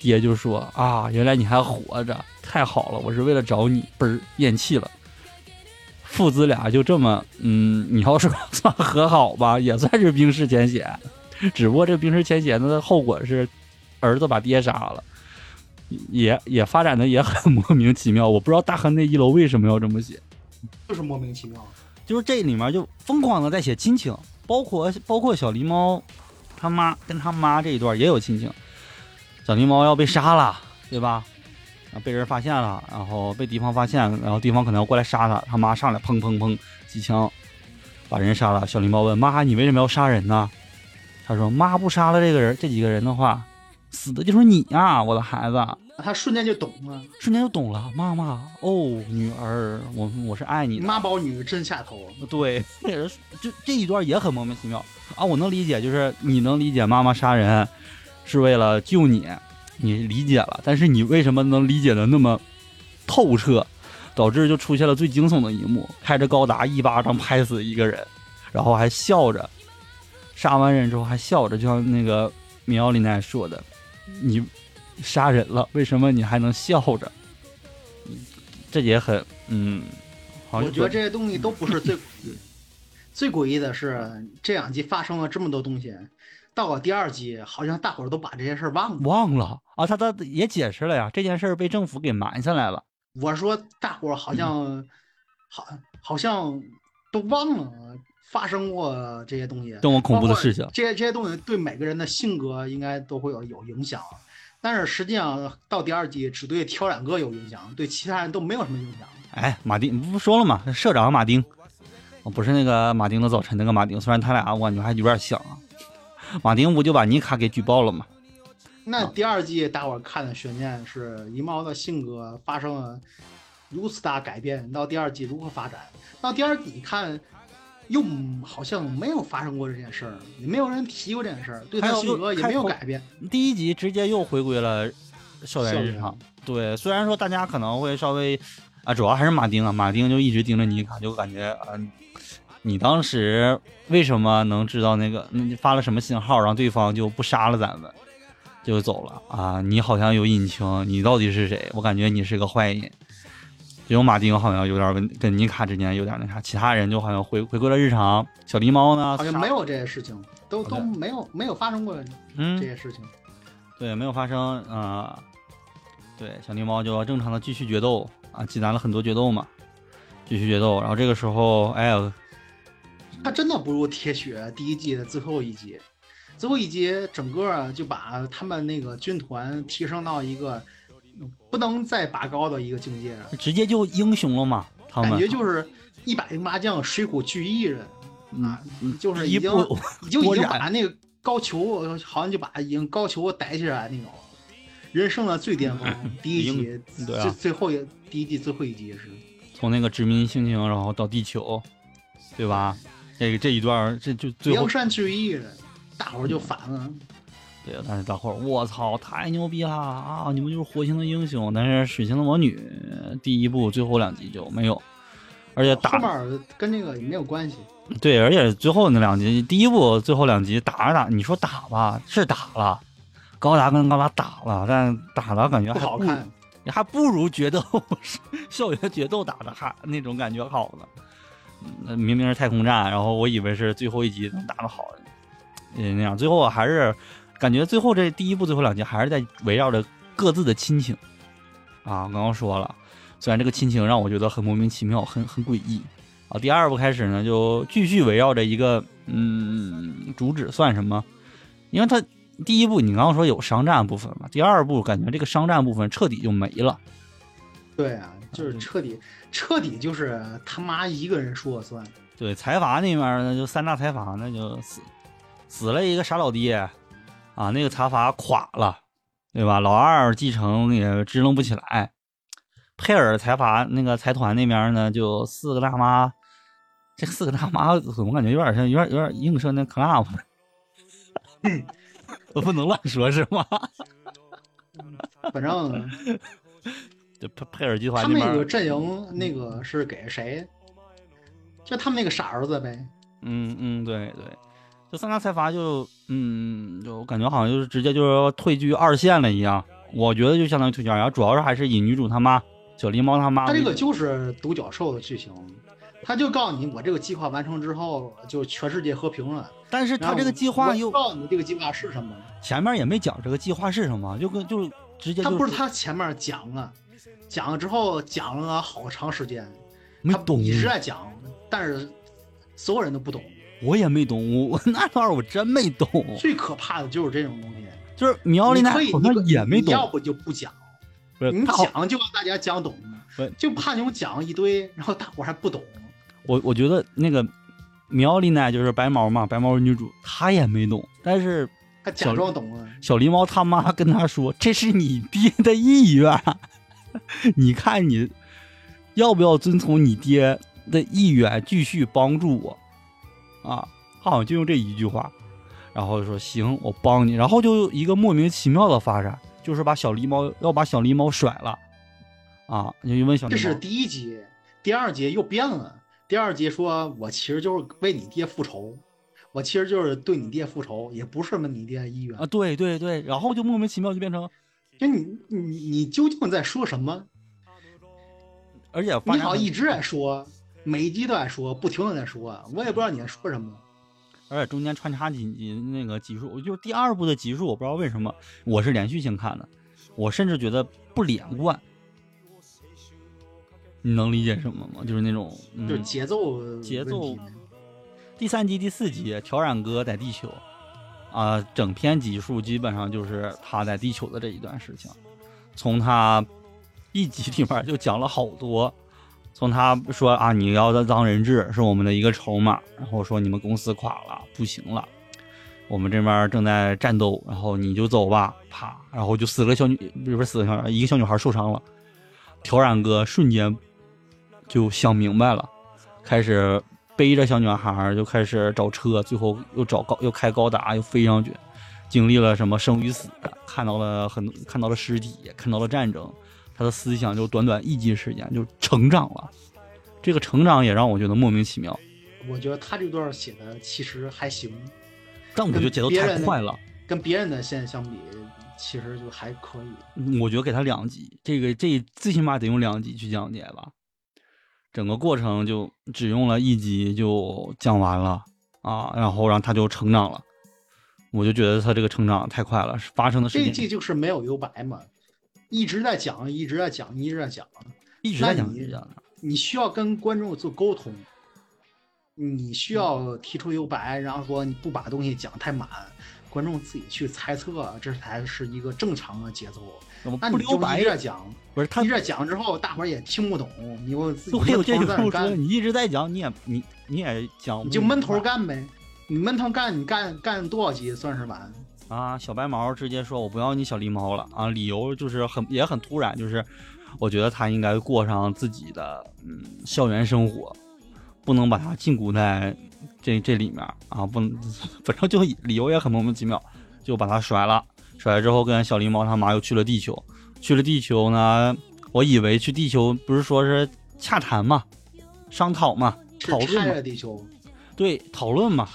爹就说啊，原来你还活着，太好了，我是为了找你，嘣儿咽气了。父子俩就这么，你要是算和好吧，也算是冰释前嫌。只不过这冰释前嫌的后果是，儿子把爹杀了，也发展的也很莫名其妙。我不知道大汉那一楼为什么要这么写， 就是莫名其妙。 就是这里面就疯狂的在写亲情，包括小狸猫他妈跟他妈这一段也有亲情。小狸猫要被杀了，对吧？被人发现了，然后被敌方发现，然后敌方可能要过来杀他，他妈上来砰砰砰几枪把人杀了。小狸猫问妈：“你为什么要杀人呢？”他说：“妈不杀了这几个人的话，死的就是你呀，我的孩子。” 他瞬间就懂了， 妈妈哦，女儿，我是爱你的。 妈宝女真下头。 对，这一段也很莫名其妙啊！我能理解，就是你能理解妈妈杀人是为了救你。你理解了，但是你为什么能理解的那么透彻，导致就出现了最惊悚的一幕，开着高达一巴掌拍死一个人，然后还笑着，杀完人之后还笑着，就像那个米奥里奈说的，你杀人了，为什么你还能笑着？这也很好像我觉得这些东西都不是最诡异，最诡异的是这两集发生了这么多东西，到了第2集，好像大伙儿都把这些事儿忘了啊！他也解释了呀，这件事儿被政府给瞒下来了。 我说大伙儿好像、好像都忘了发生过这些东西， 这么恐怖的事情。 这些东西对每个人的性格应该都会有影响，但是实际上到第2集只对挑2个有影响，对其他人都没有什么影响。 哎，马丁不说了吗？社长马丁，不是那个马丁的早晨那个马丁，虽然他俩我感觉还有点像啊。马丁不就把妮卡给举报了吗？ 那第2季大伙儿看的悬念是狸猫的性格发生了如此大改变，到第2季如何发展？到第2季你看，又好像没有发生过这件事儿，也没有人提过这件事儿，对他性格也没有改变。 第1集直接又回归了校园日常。对，虽然说大家可能会稍微主要还是马丁啊，马丁就一直盯着妮卡，就感觉你当时为什么能知道那个你发了什么信号，让对方就不杀了咱们，就走了啊？你好像有隐情，你到底是谁？我感觉你是个坏人。只有马丁好像有点跟妮卡之间有点那啥，其他人就好像回归了日常。小狸猫呢， 好像没有这些事情，都没有发生过这些事情。 对，没有发生对，小狸猫就要正常的继续决斗啊，积攒了很多决斗嘛，继续决斗。然后这个时候，哎呀。 他真的不如铁血第1季的最后一集，最后一集整个就把他们那个军团提升到一个不能再拔高的一个境界， 直接就英雄了嘛。他们感觉就是1把麻将水浒聚义人就是已经把那个高俅好像就把已经高俅逮起来那种人生的最巅峰。第1集最后第1季最后一集是从那个殖民星球然后到地球，对吧？这一段这就最后梁山聚义人，大伙儿就反了。 对，但是大伙儿我操太牛逼了啊！你们就是活性的英雄，但是水星的魔女第1部最后2集就没有，而且后面跟这个也没有关系。 对，而且最后那2集，第1部最后2集打，你说打吧是打了，高达跟高达打了，但打了感觉不好看， 还不如决斗校园决斗打的还那种感觉好呢。明明是太空战，然后我以为是最后一集能打得好，那样。最后我还是感觉最后这第1部最后2集还是在围绕着各自的亲情啊。刚刚说了，虽然这个亲情让我觉得很莫名其妙，很诡异啊。第2部开始呢，就继续围绕着一个主旨算什么？因为它第1部你刚刚说有商战部分嘛，第2部感觉这个商战部分彻底就没了。 对啊，就是彻底就是他妈一个人说了算。 对，财阀那边呢，就3大财阀那就死了一个傻老爹啊，那个财阀垮了，对吧？老2继承也支棱不起来。佩尔财阀那个财团那边呢，就4个大妈，这4个大妈我感觉有点像有点映射那 club。我不能乱说是吗？ 反正佩尔集团他们那个阵营那个是给谁？就他们那个傻儿子呗。 对，就3大财阀就感觉好像就是直接就是退居2线了一样。 我觉得就相当于推销员，主要是还是以女主他妈小狸猫他妈。 他这个就是独角兽的剧情，他就告诉你，我这个计划完成之后，就全世界和平了。 但是他这个计划又告诉你这个计划是什么， 前面也没讲这个计划是什么，就直接、就是、 他不是他前面讲了之后讲了好长时间， 没懂， 一直在讲，但是所有人都不懂。 我也没懂，我那段我真没懂。 最可怕的就是这种东西， 就是苗丽娜好像也没懂， 你要不就不讲，你讲就让大家讲懂，就怕你们讲一堆，然后大伙还不懂。 我觉得那个苗丽娜就是白毛嘛，白毛女主，她也没懂，但是她假装懂了。 小狸猫他妈跟她说：“这是你爹的意愿，你看你要不要遵从你爹的意愿，继续帮助我。”啊，好像就用这一句话，然后说行，我帮你，然后就一个莫名其妙的发展，就是把小狸猫甩了，啊，就问小狸猫。 这是第一集，第二集又变了。第二集说我其实就是为你爹复仇，我其实就是对你爹复仇，也不是什么你爹的意愿啊。对对对，然后就莫名其妙就变成， 就你究竟在说什么？ 而且你好一直在说。每一集都在说，不停的在说，我也不知道你在说什么。 而且中间穿插几集那个集数，就是第二部的集数，我不知道为什么我是连续性看的，我甚至觉得不连贯。你能理解什么吗？就是那种， 就是节奏。 第3集、第4集，调染哥在地球，啊，整篇集数基本上就是他在地球的这一段事情，从他一集里面就讲了好多。从他说啊，你要当人质是我们的一个筹码，然后说你们公司垮了，不行了，我们这边正在战斗，然后你就走吧，啪，然后就死了一个小女孩受伤了，调染哥瞬间就想明白了，开始背着小女孩就开始找车，最后又开高达又飞上去，经历了什么生与死，看到了尸体，看到了战争。他的思想就短短1集时间就成长了，这个成长也让我觉得莫名其妙。 我觉得他这段写的其实还行， 但我觉得节奏太快了， 跟别人的现在相比，其实就还可以。 我觉得给他2集，这最起码得用2集去讲解吧。整个过程就只用了1集就讲完了啊，然后让他就成长了。我就觉得他这个成长太快了，发生的事情。 这一季就是没有留白嘛。一直在讲，你需要跟观众做沟通，你需要提出留白，然后说你不把东西讲太满，观众自己去猜测，这才是一个正常的节奏。那你就一直在讲， 不是他一直在讲之后，大伙儿也听不懂，你又自己有这种说，你一直在讲，你也讲， 你就闷头干呗，你闷头干，你干多少集算是完？ 啊！小白毛直接说：“我不要你小狸猫了啊！”理由就是也很突然，就是我觉得他应该过上自己的校园生活，不能把他禁锢在这里面啊！不能，反正就理由也很莫名其妙，就把他甩了。甩了之后，跟小狸猫他妈又去了地球。去了地球呢，我以为去地球不是说是洽谈嘛，商讨嘛，讨论嘛， 地球， 对，讨论嘛。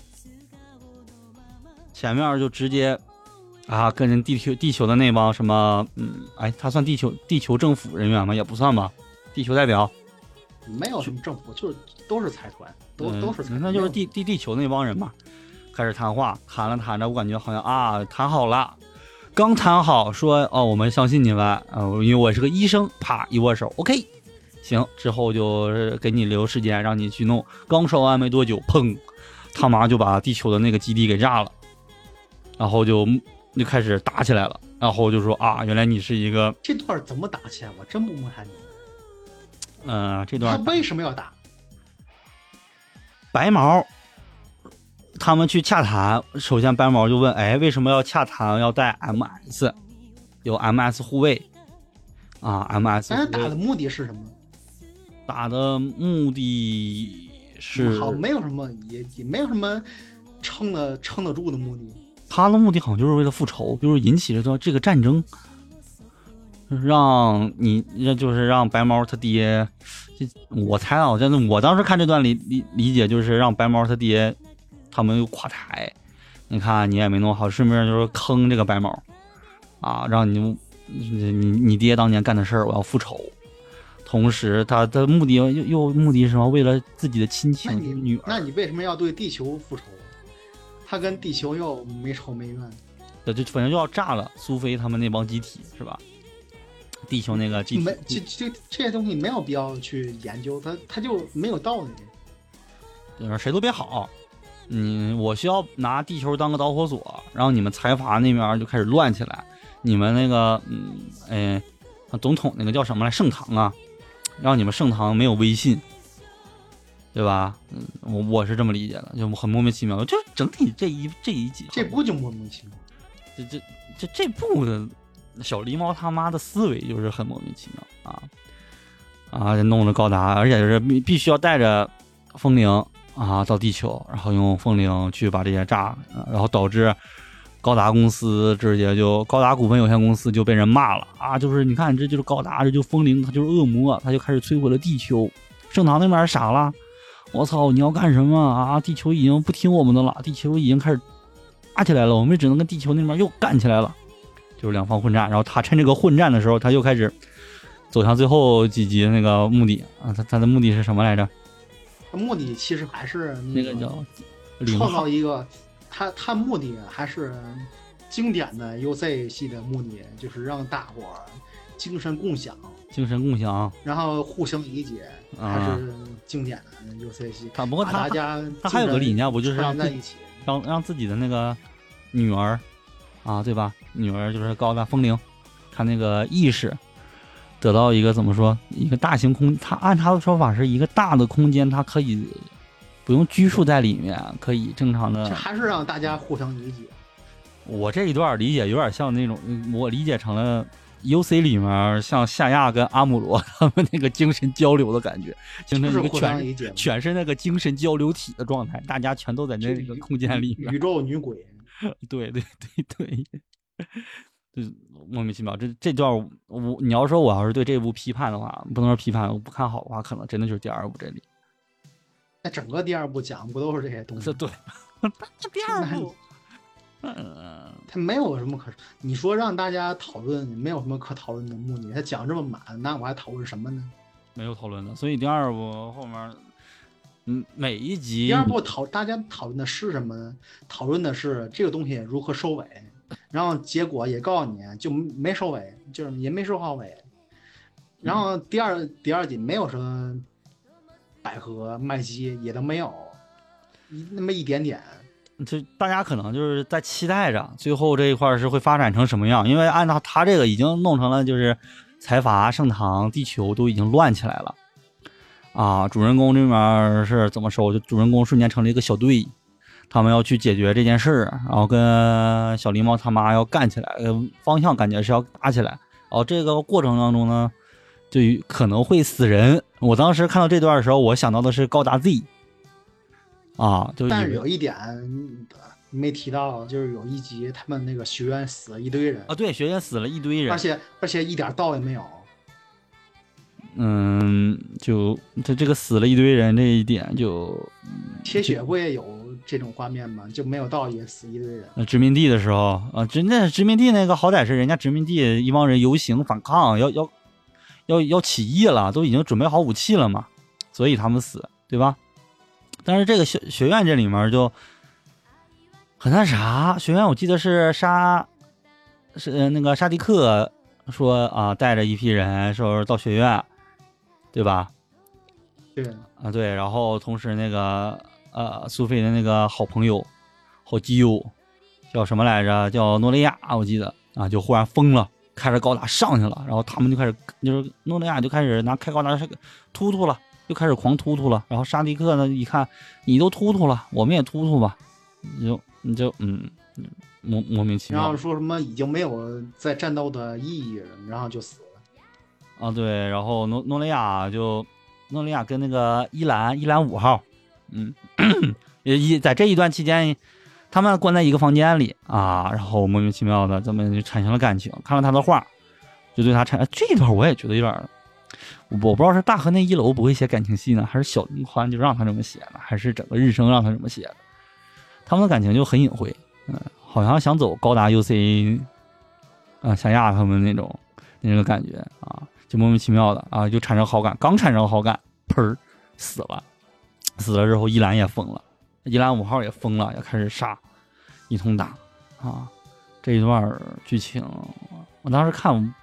前面就直接啊，跟人地球的那帮什么，他算地球政府人员吗？也不算吧，地球代表， 没有什么政府，就是都是财团，都是财团， 那就是地球那帮人嘛。开始谈话，谈了谈着，我感觉好像啊，谈好了，刚谈好说哦，我们相信你们因为我是个医生，啪一握手 ，OK， 行，之后就给你留时间让你去弄。刚说完没多久，砰，他妈就把地球的那个基地给炸了。然后就开始打起来了，然后就说啊，原来你是一个。 这段怎么打起来？我真不太明白。 这段他为什么要打？ 白毛他们去洽谈，首先白毛就问，为什么要洽谈？要带 MS， 有 MS 护卫啊 ，MS 护卫。 打的目的是什么？ 打的目的是好，没有什么，也没有什么撑得住的目的。 他的目的好像就是为了复仇，就是引起这个战争，就是让白毛他爹，我猜啊，真的，我当时看这段理解就是让白毛他爹他们又垮台，你看你也没弄好，顺便就是坑这个白毛啊，让你你爹当年干的事儿，我要复仇。同时，他的目的又目的是什么？为了自己的亲情女儿。 那你为什么要对地球复仇？他跟地球又没仇没怨。 就反正就要炸了苏菲他们那帮机体，是吧？地球那个机体， 这些东西没有必要去研究，它就没有道理。 就是谁都别好，我需要拿地球当个导火索，然后你们财阀那边就开始乱起来。你们那个总统那个叫什么来？盛唐啊，让你们盛唐没有威信，对吧？我是这么理解的，就很莫名其妙。就整体这一集， 这部就莫名其妙。 这部的小狸猫他妈的思维就是很莫名其妙啊！弄着高达，而且是必须要带着风铃啊到地球，然后用风铃去把这些炸，然后导致高达公司直接就高达股份有限公司就被人骂了啊！就是你看，这就是高达，这就风铃，它就是恶魔，它就开始摧毁了地球。盛唐那边傻了，我操，你要干什么啊？地球已经不听我们的了，地球已经开始打起来了，我们只能跟地球那边又干起来了，就是两方混战。然后他趁这个混战的时候，他又开始走向最后几集那个目的啊，他的目的是什么来着？ 目的其实还是那个叫创造一个，他目的还是经典的 UC 系的目的，就是让大伙精神共享， 然后互相理解，还是经典的 UC 系。 不过他还有个理念，不就是让在一起。 让自己的那个女儿啊，对吧？女儿就是高达风铃，她那个意识得到一个怎么说？一个大型空，她按她的说法是一个大的空间，她可以不用拘束在里面，可以正常的。 这还是让大家互相理解。 我这一段理解有点像那种，我理解成了 UC 里面像夏亚跟阿姆罗他们那个精神交流的感觉，形成一个全是那个精神交流体的状态，大家全都在那个空间里面。 宇宙女鬼， 对，就是莫名其妙。这段你要说我要是对这部批判的话，不能说批判，我不看好的话，可能真的就是第二部这里。 那整个第二部讲不都是这些东西？ 对，第二部。 他没有什么你说让大家讨论，没有什么可讨论的目的。他讲这么满，那我还讨论什么呢？ 没有讨论的，所以第二部后面，每一集第二部大家讨论的是什么呢？讨论的是这个东西如何收尾，然后结果也告诉你就没收尾，就是也没收好尾。然后第二集没有什么百合麦基，也都没有，那么一点点。 就大家可能就是在期待着最后这一块是会发展成什么样，因为按照他这个已经弄成了就是财阀、盛唐、地球都已经乱起来了啊！主人公这边是怎么收？就主人公瞬间成了一个小队，他们要去解决这件事，然后跟小狸猫他妈要干起来，方向感觉是要打起来。然后这个过程当中呢，就可能会死人。我当时看到这段的时候，我想到的是高达 Z。 但是有一点没提到，就是有一集他们那个学院死了一堆人啊，对，学院死了一堆人， 而且一点道也没有。 就这个死了一堆人这一点就， 铁血不也有这种画面吗？就没有道也死一堆人。 殖民地的时候啊，那殖民地那个好歹是人家殖民地一帮人游行反抗，要起义了，都已经准备好武器了嘛，所以他们死，对吧？但是这个学院这里面就很那啥，学院我记得是那个沙迪克说啊，带着一批人说到学院，对吧？ 对啊，对，然后同时那个苏菲的那个好朋友、好基友叫什么来着？叫诺雷亚，我记得啊，就忽然疯了，开着高达上去了，然后他们就开始就是诺雷亚就开始拿开高达突了。就开始狂突了，然后沙迪克呢一看你都突了，我们也突吧，你就莫名其妙。 然后说什么已经没有在战斗的意义了，然后就死了。 啊，对，然后诺雷亚跟那个伊兰5号，也在这一段期间，他们关在一个房间里啊，然后莫名其妙的咱们就产生了感情，看了他的画，就对他这一段我也觉得有点。我不知道是大河内一楼不会写感情戏呢，还是小林欢就让他这么写呢，还是整个日升让他这么写的？他们的感情就很隐晦，好像想走高达 UC 想压他们那种感觉啊，就莫名其妙的啊，就产生好感，刚产生好感，砰儿死了之后，依兰也疯了，依兰5号也疯了，要开始杀，一通打啊。这一段剧情，我当时看，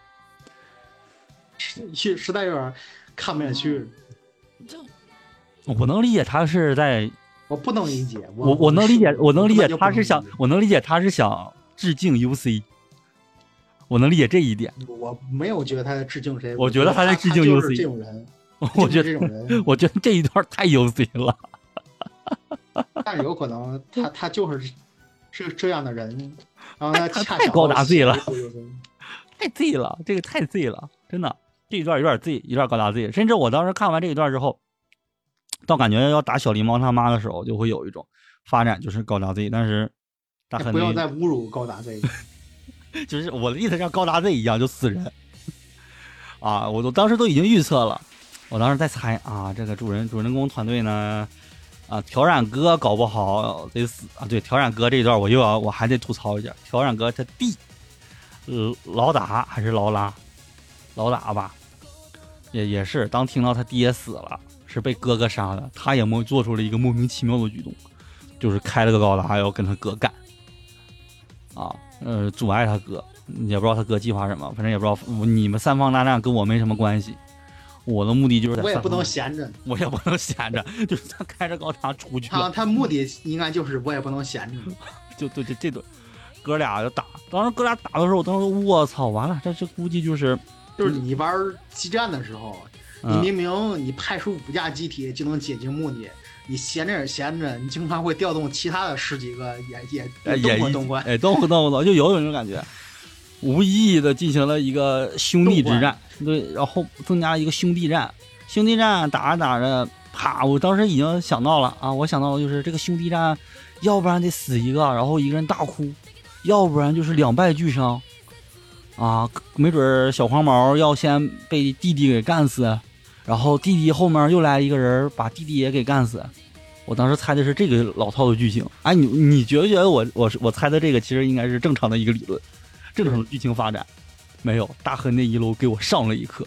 实在有点看不下去。 我能理解他是在， 我不能理解， 我能理解，我能理解他是想，我能理解他是想致敬 UC， 我能理解这一点。 我没有觉得他在致敬谁， 我觉得他在致敬 UC 这种人， 我觉得这种人， 我觉得这一段太 UC 了。 但是有可能他就是这样的人，然后他太高达 Z 了， 太 Z 了，这个太 Z 了，真的，这一段有点 Z， 有点高达 Z。甚至我当时看完这一段之后，到感觉要打小狸猫他妈的时候，就会有一种发展，就是高达 Z。但是大汉不要再侮辱高达 Z， 就是我的意思，像高达 Z 一样就死人啊！我当时都已经预测了，我当时在猜啊，这个主人公团队呢。啊，调染哥搞不好得死啊！对，调染哥这一段我还得吐槽一下，调染哥他弟，老打还是劳拉，老打吧，也是当听到他爹死了，是被哥哥杀的，他也做出了一个莫名其妙的举动，就是开了个高达要跟他哥干，啊，阻碍他哥，也不知道他哥计划什么，反正也不知道，你们三方大战跟我没什么关系。我的目的就是在， 我也不能闲着， 就是他开着高达出去。 他目的应该就是我也不能闲着。 就对这对哥俩就打，当时哥俩打的时候，我当时我操，完了，这估计就是你玩激战的时候，你明明你派出5架机体就能解决目的，你闲着，你经常会调动其他的10几个也动关， 动就有那种感觉。无意义的进行了一个兄弟之战，对，然后增加一个兄弟战打着打着，啪！我当时已经想到了啊，我想到的就是这个兄弟战，要不然得死一个，然后一个人大哭，要不然就是2败俱伤，啊，没准小黄毛要先被弟弟给干死，然后弟弟后面又来一个人把弟弟也给干死。我当时猜的是这个老套的剧情，哎，你觉不觉得我猜的这个其实应该是正常的一个理论？正常的剧情发展，没有大亨那一路给我上了一课，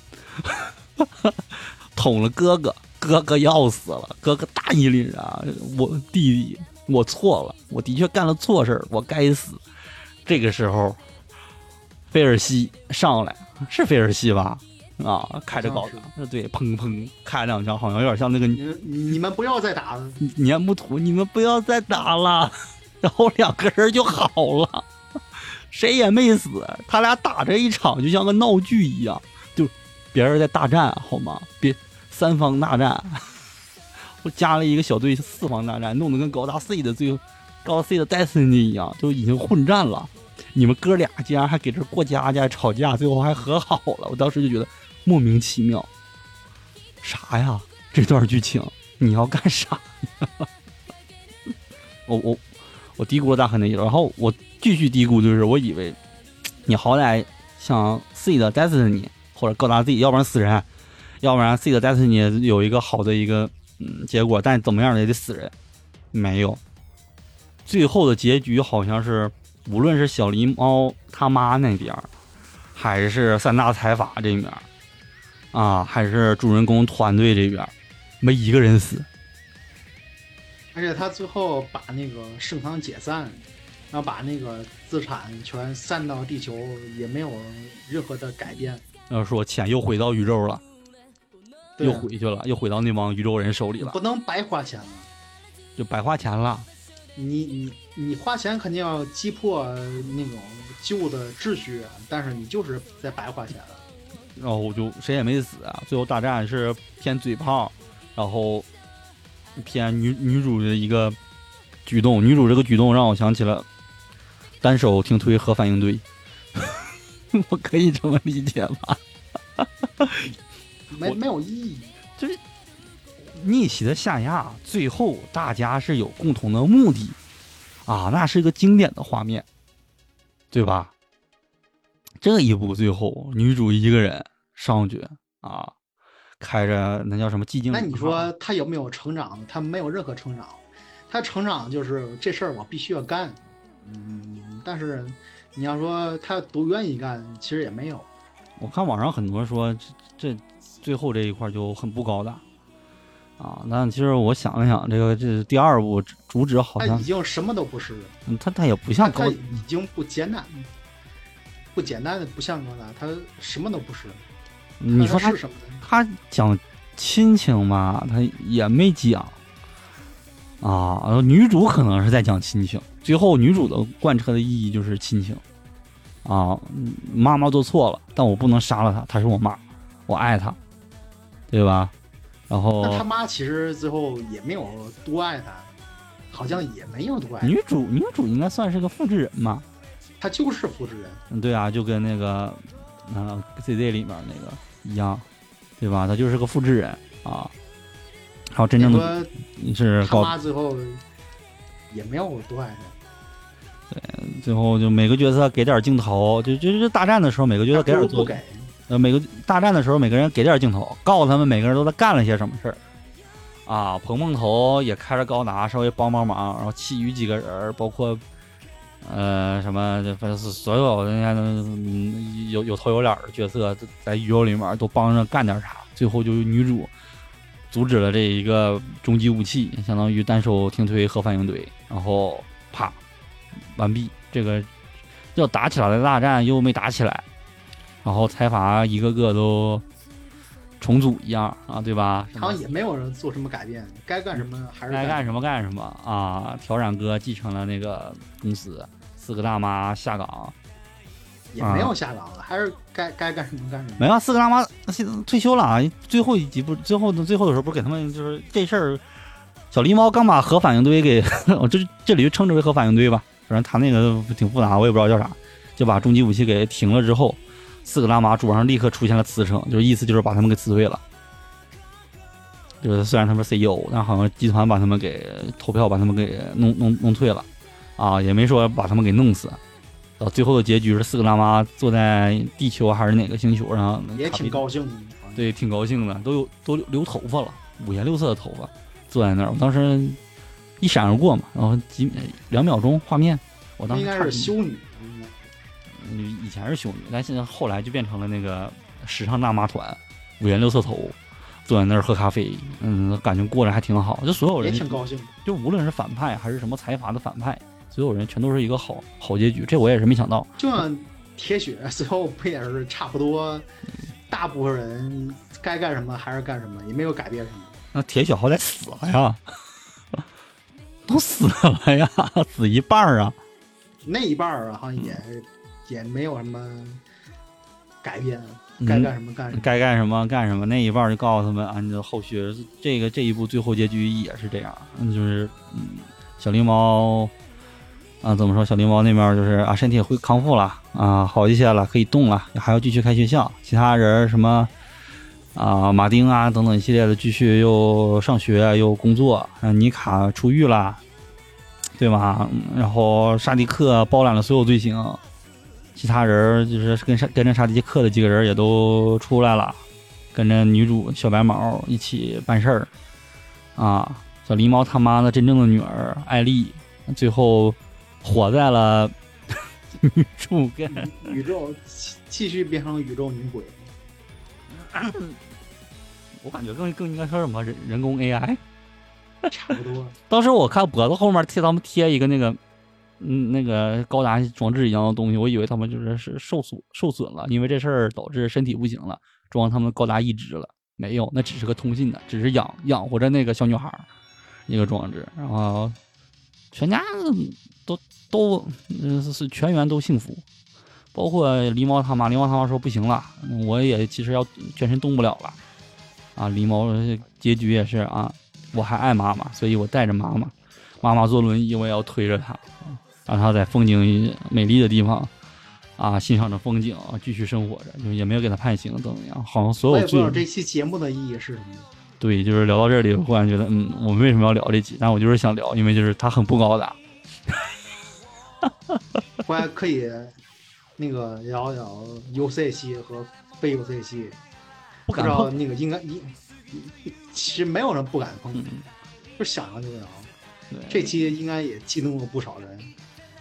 捅了哥哥要死了，哥哥大义凛然，我弟弟我错了，我的确干了错事，我该死。这个时候，菲尔西上来，是菲尔西吧？啊，开着高达，对，砰砰开2枪，好像有点像那个你们不要再打了， 年不土，你们不要再打了，然后2个人就好了。谁也没死，他俩打这一场就像个闹剧一样，就别人在大战好吗？别3方大战，我加了一个小队4方大战，弄得跟高达 C 的高达 C 的 Destiny 一样，就已经混战了。你们哥俩竟然还给这过家家吵架，最后还和好了，我当时就觉得莫名其妙。啥呀？这段剧情你要干啥呀？我低估了大亨那一段，然后我继续低估，就是我以为你好歹像 C 的 Destiny 或者高达 Z， 要不然死人，要不然 C 的 Destiny 有一个好的一个结果，但怎么样也得死人，没有。最后的结局好像是，无论是小狸猫他妈那边，还是3大财阀这边，啊，还是主人公团队这边，没一个人死。 而且他最后把那个圣堂解散，然后把那个资产全散到地球，也没有任何的改变。 要说钱又回到宇宙了，又回去了，又回到那帮宇宙人手里了， 不能白花钱了， 就白花钱了。 你花钱肯定要击破那种旧的秩序，但是你就是在白花钱了。 然后就谁也没死啊，最后大战是偏嘴炮，然后偏女主的一个举动，女主这个举动让我想起了单手挺推核反应堆，我可以这么理解吗？ 没有意义， 就是逆袭的夏亚，最后大家是有共同的目的啊，那是一个经典的画面，对吧？这一部最后女主一个人上去啊，开着那叫什么寂静。 那你说他有没有成长？他没有任何成长，他成长就是这事儿我必须要干，但是你要说他多愿意干，其实也没有。 我看网上很多人说这最后这一块就很不高大啊。那其实我想了想，这第二部主旨好像他已经什么都不是了， 他也不像他高， 已经不简单的不像高达，他什么都不是。 你说他是什么呢？ 他讲亲情嘛，他也没讲啊。女主可能是在讲亲情，最后女主的贯彻的意义就是亲情啊。妈妈做错了，但我不能杀了她，她是我妈，我爱她，对吧？然后那他妈其实最后也没有多爱他，好像也没有多爱他。 女主应该算是个复制人嘛。 他就是复制人。 对啊，就跟那个ZZ 里面那个一样，对吧？他就是个复制人啊。然后真正的是他妈最后也没有多爱他。 对，最后就每个角色给点镜头，就大战的时候每个角色给点不给。 每个大战的时候每个人给点镜头，告诉他们每个人都在干了些什么事儿啊。彭梦头也开着高达稍微帮忙，然后其余几个人包括什么，反正是所有人家有头有脸的角色在宇宙里面都帮着干点啥，最后就女主阻止了这一个终极武器，相当于单手停推核反应堆，然后啪完毕。这个要打起来的大战又没打起来，然后财阀一个个都重组一样啊，对吧？ 好像也没有人做什么改变，该干什么还是该干什么干什么啊。调染哥继承了那个公司，四个大妈下岗， 也没有下岗了，还是该干什么干什么。 没有，四个大妈退休了啊。最后一集不，最后的时候不是给他们就是这事儿，小狸猫刚把核反应堆给，我这里就称之为核反应堆吧，反正他那个挺复杂，我也不知道叫啥，就把终极武器给停了之后，四个大妈桌上立刻出现了辞呈，就是意思就是把他们给辞退了。就是虽然他们是 CEO， 但好像集团把他们给投票把他们给弄退了啊，也没说把他们给弄死。到最后的结局是四个大妈坐在地球还是哪个星球上， 也挺高兴的。 对，挺高兴的，都留头发了，五颜六色的头发，坐在那儿。我当时一闪而过嘛，然后2秒钟画面，我当时应该是修女， 以前是修女，但现在后来就变成了那个时尚大妈团，五颜六色头，坐在那儿喝咖啡，感觉过得还挺好。就所有人也挺高兴， 就无论是反派还是什么财阀的反派，所有人全都是一个好结局。这我也是没想到。 就像铁血最后不也是差不多，大部分人该干什么还是干什么，也没有改变什么。 那铁血好歹死了呀，都死了呀，死一半啊。 那一半好像也没有什么改变。该干什么干什么， 该干什么干什么。那一半就告诉他们啊，你的后续这一部最后结局也是这样，就是小狸猫啊，怎么说？小狸猫那边就是啊，身体会康复了啊，好一些了，可以动了，还要继续开学校。其他人什么啊，马丁啊等等一系列的继续又上学又工作。妮卡出狱了，对吧？然后沙迪克包揽了所有罪行。其他人就是跟着沙迪克的几个人也都出来了，跟着女主小白毛一起办事儿啊。小狸猫他妈的真正的女儿艾丽，最后活在了女主跟宇宙继续变成宇宙女鬼。 我感觉更应该说什么人工 AI， 差不多。 当时我看脖子后面他们贴一个那个高达装置一样的东西，我以为他们是受损了，因为这事儿导致身体不行了，装他们高达移植了。没有，那只是个通信的，只是养活着那个小女孩一个装置，然后全家都是全员都幸福，包括狸猫他妈说不行了，我也其实要全身动不了了啊。狸猫结局也是啊，我还爱妈妈，所以我带着妈妈坐轮椅，我也要推着她。让他在风景美丽的地方啊，欣赏着风景，继续生活着，就也没有给他判刑怎么样？好像所有我也不知道这期节目的意义是什么。 对，就是聊到这里，我忽然觉得，我们为什么要聊这期？但我就是想聊，因为就是他很不高达。 我还可以那个聊聊 UC 系和非 UC 系， 不敢碰那个应该其实没有人不敢碰，就想要就聊。这期应该也激怒了不少人。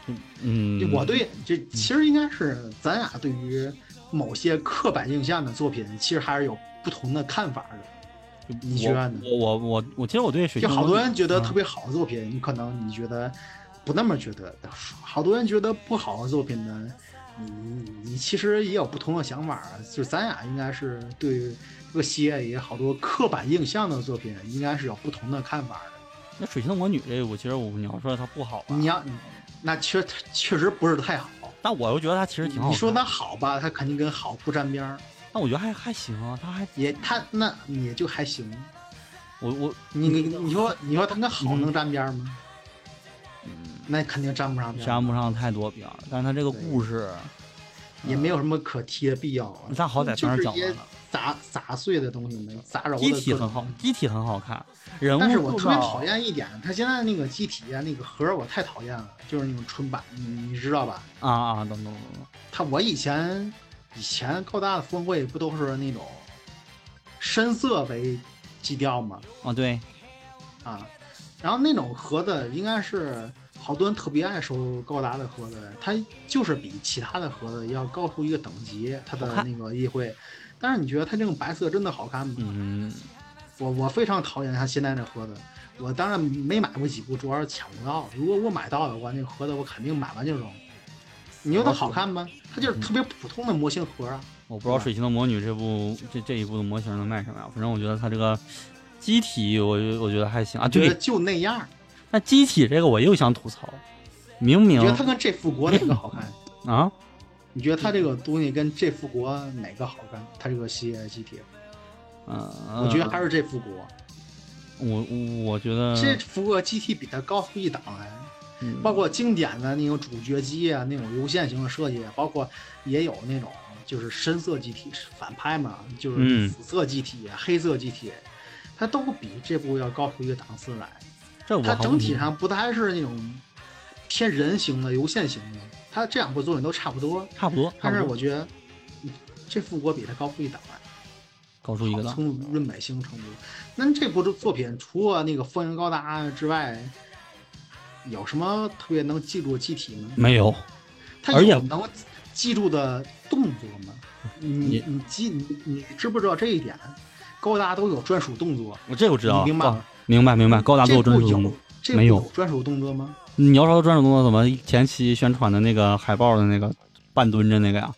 我对这其实应该是咱俩对于某些刻板印象的作品，其实还是有不同的看法的。你觉得呢？ 我其实我对水星就好多人觉得特别好的作品，你可能你觉得不那么觉得；好多人觉得不好的作品呢，你其实也有不同的想法。就咱俩应该是对这些也好多刻板印象的作品，应该是有不同的看法的。 那水星的魔女这个，其实你要说它不好吧， 那确实不是太好。 但我又觉得它其实挺好。 你说它好吧，它肯定跟好不沾边儿。 但我觉得还行啊， 它那也就还行。你说它跟好能沾边吗？那肯定沾不上边， 沾不上太多边。但是它这个故事也没有什么可提的必要。 它好歹算是讲完了。 杂碎的东西呢，杂糅的机体很好，机体很好看，人物。 但是我特别讨厌一点，它现在那个机体啊，那个盒我太讨厌了，就是那种纯版，你知道吧？懂。我以前高达的峰会不都是那种深色为基调吗？ 对。 然后那种盒子应该是好多人特别爱收高达的盒子，它就是比其他的盒子要高出一个等级，它的那个议会。但是你觉得它这种白色真的好看吗？我非常讨厌它现在这盒子。我当然没买过几部，主要是抢不到。如果我买到的话，那个盒子我肯定买完就扔。你说它好看吗？它就是特别普通的模型盒啊。 我不知道水星的魔女这一部的模型能卖什么呀？反正我觉得它这个机体我觉得还行啊。对， 就那样。 那机体这个我又想吐槽，明明你觉得它跟这复国哪个好看啊？ 你觉得它这个东西跟这复国哪个好看？它这个系列机体，我觉得还是这复国。 我觉得这复国机体比它高出一档来，包括经典的那种主角机啊，那种流线型的设计，包括也有那种就是深色机体反派嘛，就是紫色机体、黑色机体，它都比这部要高出一个档次来。它整体上不太是那种偏人形的流线型的。它这两部作品都差不多，但是我觉得这复国比它高出一档来， 高出一个档。 从润美型程度，那这部作品除了那个风云高达之外，有什么特别能记住的机体吗？ 没有。 它有能记住的动作吗？你知不知道这一点？高达都有专属动作。 我知道。 你明白吗？ 明白。高达都有专属动作。 没有专属动作吗？ 你要说专属动作怎么前期宣传的那个海报的那个半蹲着那个呀？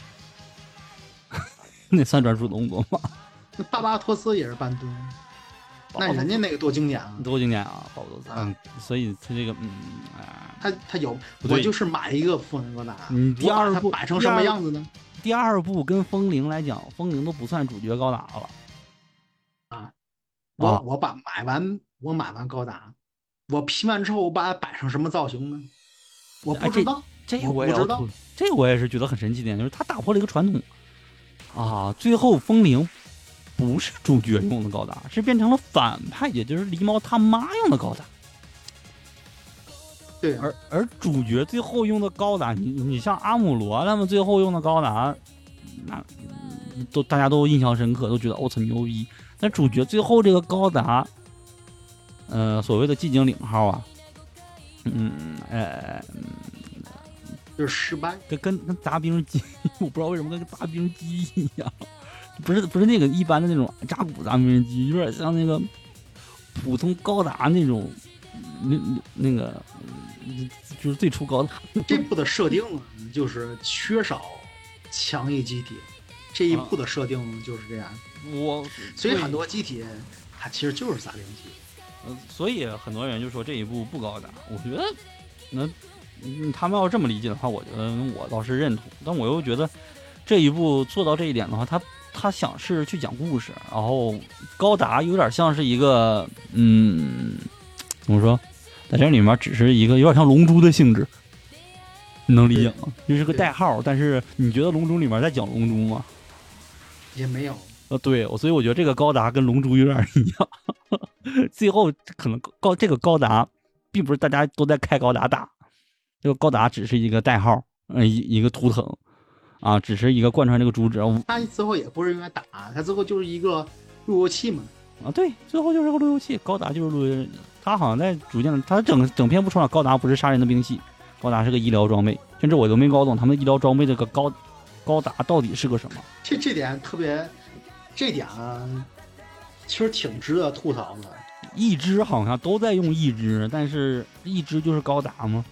那算专属动作吗？ 那巴巴托斯也是半蹲，那人家那个多经典啊！ 多经典啊！巴巴托斯，所以他这个他有，我就是买一个风云高达， 第二部摆成什么样子呢？ 第二部跟风铃来讲，风铃都不算主角高达了。 我买完高达。我拼完之后，我把它摆成什么造型呢？我不知道， 这我不知道。 这个我也是觉得很神奇的，就是他打破了一个传统啊！最后风铃不是主角用的高达，是变成了反派，也就是狸猫他妈用的高达。 对， 而主角最后用的高达，你像阿姆罗他们最后用的高达，那大家都印象深刻，都觉得我操牛逼。但主角最后这个高达。所谓的寂静岭号啊， 就是失败， 跟杂兵机，我不知道为什么跟杂兵机一样，不是那个一般的那种扎古杂兵机，有点像那个普通高达那种，那个就是最初高达。 这部的设定就是缺少强翼机体，这一部的设定就是这样。所以很多机体它其实就是杂兵机。 所以很多人就说这一部不高达，我觉得他们要这么理解的话，我觉得我倒是认同。但我又觉得这一部做到这一点的话，他想是去讲故事，然后高达有点像是一个怎么说，在这里面只是一个有点像龙珠的性质，你能理解吗？就是个代号，但是你觉得龙珠里面在讲龙珠吗？ 也没有。 对，所以我觉得这个高达跟龙珠有点一样。最后可能这个高达并不是大家都在开高达打，这个高达只是一个代号，一个图腾啊，只是一个贯穿这个主旨。 他最后也不是用来打，他最后就是一个路由器嘛。 对，最后就是个路由器，高达就是路由。他好像在逐渐，他整篇不说了，高达不是杀人的兵器， 高达是个医疗装备，甚至我都没搞懂他们医疗装备这个高达到底是个什么。 这点特别，这点啊，其实挺值得吐槽的。 一只好像都在用一只，但是一只就是高达吗？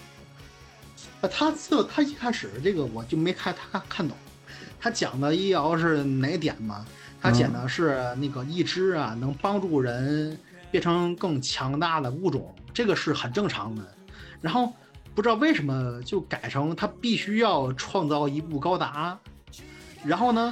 他一开始这个我就没看懂，他讲的医疗是哪点嘛？他讲的是那个一只啊能帮助人变成更强大的物种，这个是很正常的。然后不知道为什么就改成他必须要创造一部高达，然后呢，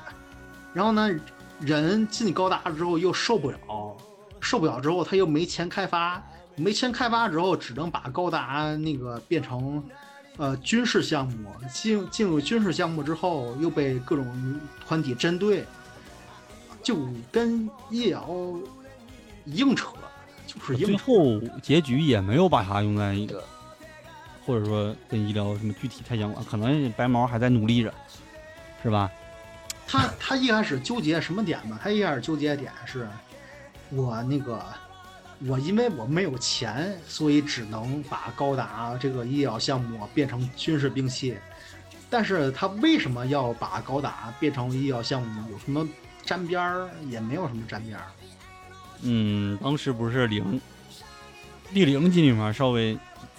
人进高达之后又受不了之后他又没钱开发之后只能把高达那个变成军事项目，进入军事项目之后又被各种团体针对，就跟医疗硬扯，就是硬扯。 最后结局也没有把它用在一个，或者说跟医疗什么具体太相关，可能白毛还在努力着，是吧？ 他一开始纠结什么点嘛？他一开始纠结的点是，我因为我没有钱，所以只能把高达这个医疗项目变成军事兵器。但是他为什么要把高达变成医疗项目？有什么沾边儿？也没有什么沾边儿。 当时不是第零集里面稍微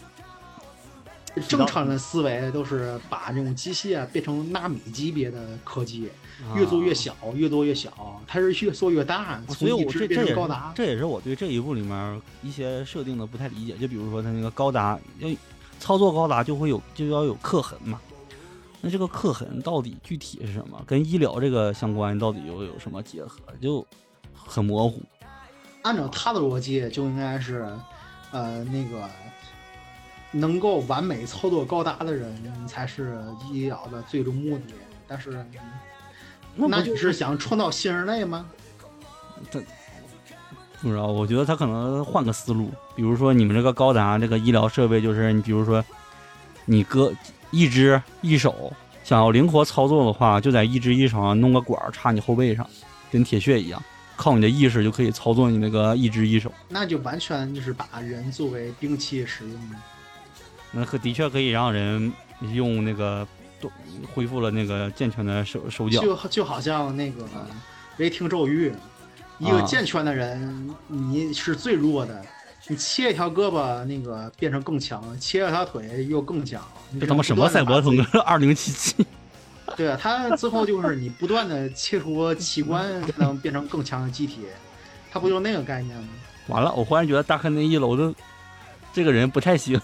正常的思维都是把这种机械变成纳米级别的科技，越做越小，越做越小，它是越做越大， 所以我这也是我对这一部里面一些设定的不太理解。就比如说它那个高达，操作高达就要有刻痕嘛，那这个刻痕到底具体是什么？跟医疗这个相关到底有什么结合？就很模糊。 按照他的逻辑，就应该是，那个能够完美操作高达的人才是医疗的最终目的。但是，那你是想创造新人类吗？ 不知道，我觉得他可能换个思路，比如说你们这个高达这个医疗设备，就是你比如说你割一只一手，想要灵活操作的话，就在一只一手上弄个管插你后背上，跟铁血一样，靠你的意识就可以操作你那个一只一手。 那就完全就是把人作为兵器使用了。 那的确可以让人用那个恢复了那个健全的手脚， 就好像那个雷霆咒域，一个健全的人，你是最弱的，你切一条胳膊那个变成更强，切一条腿又更强。 这他妈什么赛博朋克2077？ 对啊，他最后就是你不断的切除器官才能变成更强的机体，他不就那个概念吗？ 完了，我忽然觉得大坑那一楼的这个人不太行。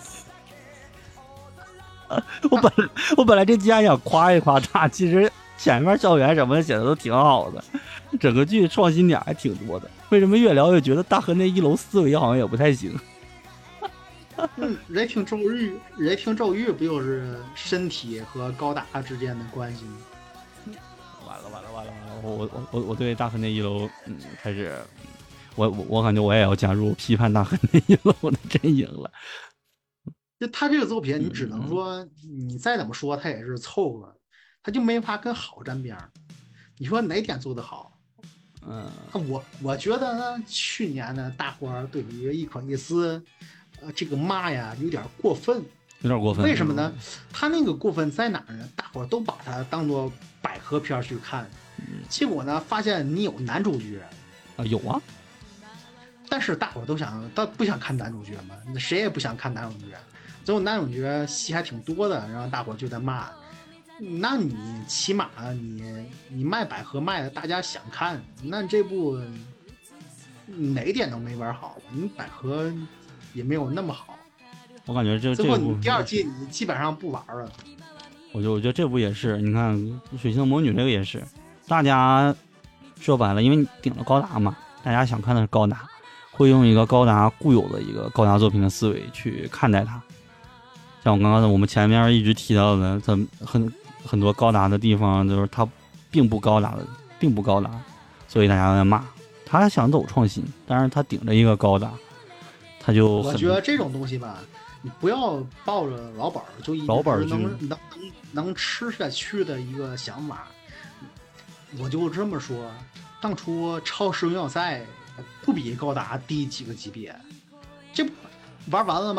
我本来这集还想夸一夸他，其实前面校园什么的写的都挺好的，整个剧创新点还挺多的。为什么越聊越觉得大河那一楼思维好像也不太行？ 雷霆咒域不就是身体和高达之间的关系吗？ 完了！我对大河那一楼开始，我感觉我也要加入批判大河那一楼的阵营了。 就他这个作品，你只能说你再怎么说，他也是凑合，他就没法跟好沾边儿。你说哪点做得好？我觉得呢，去年呢，大伙儿对于伊可伊斯，这个骂呀，有点过分。为什么呢？他那个过分在哪儿呢？大伙儿都把他当做百合片去看，结果呢，发现你有男主角有啊。 但是大伙儿都不想看男主角嘛，谁也不想看男主角。最后男主角戏还挺多的，然后大伙就在骂，那你起码你卖百合卖的大家想看，那这部哪一点都没玩好，你百合也没有那么好。 我感觉最后你第二季你基本上不玩了。 我觉得这部也是，你看水星魔女这个也是，大家说白了，因为你顶了高达嘛，大家想看的是高达，会用一个高达固有的一个高达作品的思维去看待它。像我们前面一直提到的，它很多高达的地方就是它并不高达，所以大家在骂他想走创新，但是他顶着一个高达，他就我觉得这种东西吧，你不要抱着老板就一直能吃下去的一个想法。我就这么说，当初超时荣耀赛不比高达低几个级别，这玩完了吗？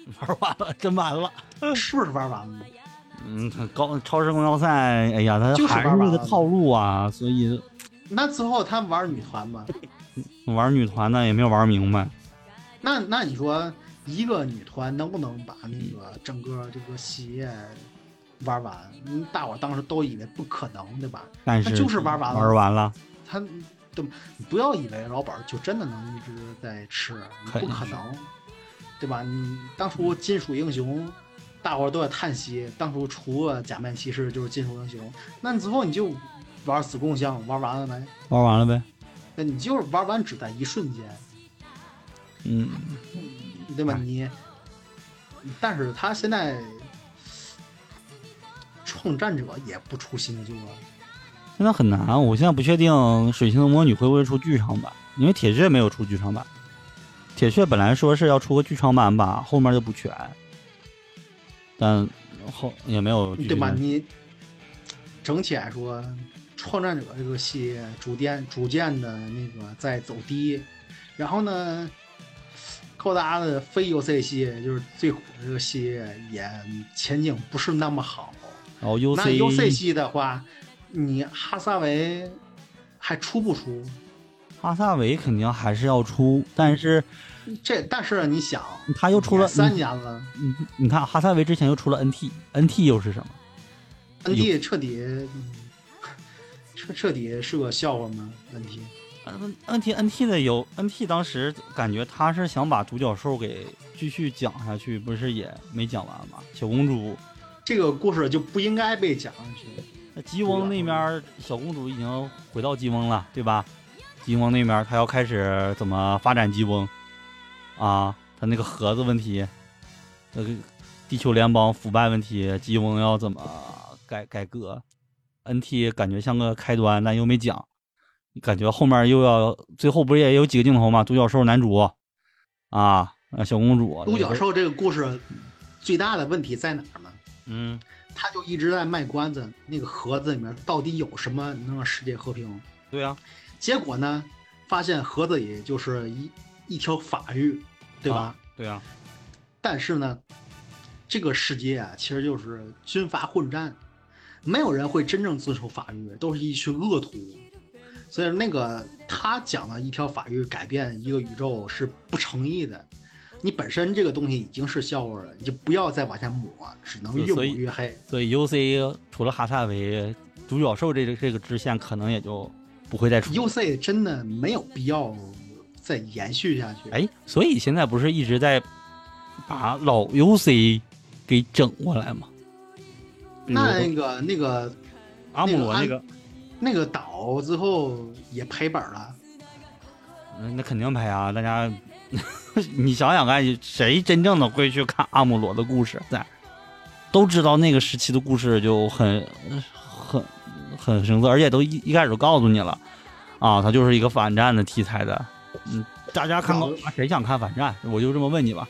玩完了，真完了。 是不是玩完了？ 他超时空要塞，哎呀，他就是还是那个套路啊，所以那最后他玩女团嘛？ 玩女团呢也没有玩明白。 那你说一个女团能不能把那个整个这个系列玩完？大伙当时都以为不可能，对吧？ 但是他就是玩完了。 玩完了， 他都不要以为老板就真的能一直在吃，不可能，对吧？你当初金属英雄，大伙都在叹息，当初除了假面骑士就是金属英雄，那你之后你就玩死共相玩完了没？ 玩完了呗。 那你就是玩完只在一瞬间，对吧？但是他现在创战者也不出新作， 现在很难，我现在不确定水星的魔女会不会出剧场版，因为铁血没有出剧场版。铁血本来说是要出个剧场版吧，后面就不全，但后也没有， 对吧？你整体来说，创战者这个系列逐渐的那个在走低，然后呢，高达的非 UC 系列就是最火的这个系列也前景不是那么好。 然后那 UC 系的话，你哈萨维还出不出？ 哈萨维肯定还是要出，但是你想， 他又出了 3年了， 你看哈萨维之前又出了 NT 又是什么 ？NT 彻底是个笑话吗 ？NT 的有 NT 当时感觉他是想把独角兽给继续讲下去，不是也没讲完吗？小公主这个故事就不应该被讲下去。 那吉翁那边小公主已经回到吉翁了，对吧？吉翁那边他要开始怎么发展吉翁啊？他那个盒子问题，那个地球联邦腐败问题，吉翁要怎么改革 ？NT 感觉像个开端，但又没讲，感觉后面又要最后不是也有几个镜头吗？独角兽男主啊，小公主。 独角兽这个故事最大的问题在哪儿呢？他就一直在卖关子，那个盒子里面到底有什么能让世界和平？ 对啊， 结果呢，发现盒子里就是一条法律，对吧？ 对啊。 但是呢，这个世界啊，其实就是军阀混战，没有人会真正遵守法律，都是一群恶徒。所以那个他讲的一条法律改变一个宇宙是不成立的。你本身这个东西已经是笑话了，你就不要再往下抹，只能越抹越黑。 所以 UC 除了哈萨维、独角兽这个支线，可能也就不会再出。 UC 真的没有必要再延续下去。 哎，所以现在不是一直在把老 UC 给整过来吗？ 那个阿姆罗那个岛最后也赔本了。 那肯定赔啊！大家。你想想看，谁真正的会去看阿姆罗的故事？都知道那个时期的故事就很生涩，而且都一开始就告诉你了啊，它就是一个反战的题材的。大家看过谁想看反战？我就这么问你吧。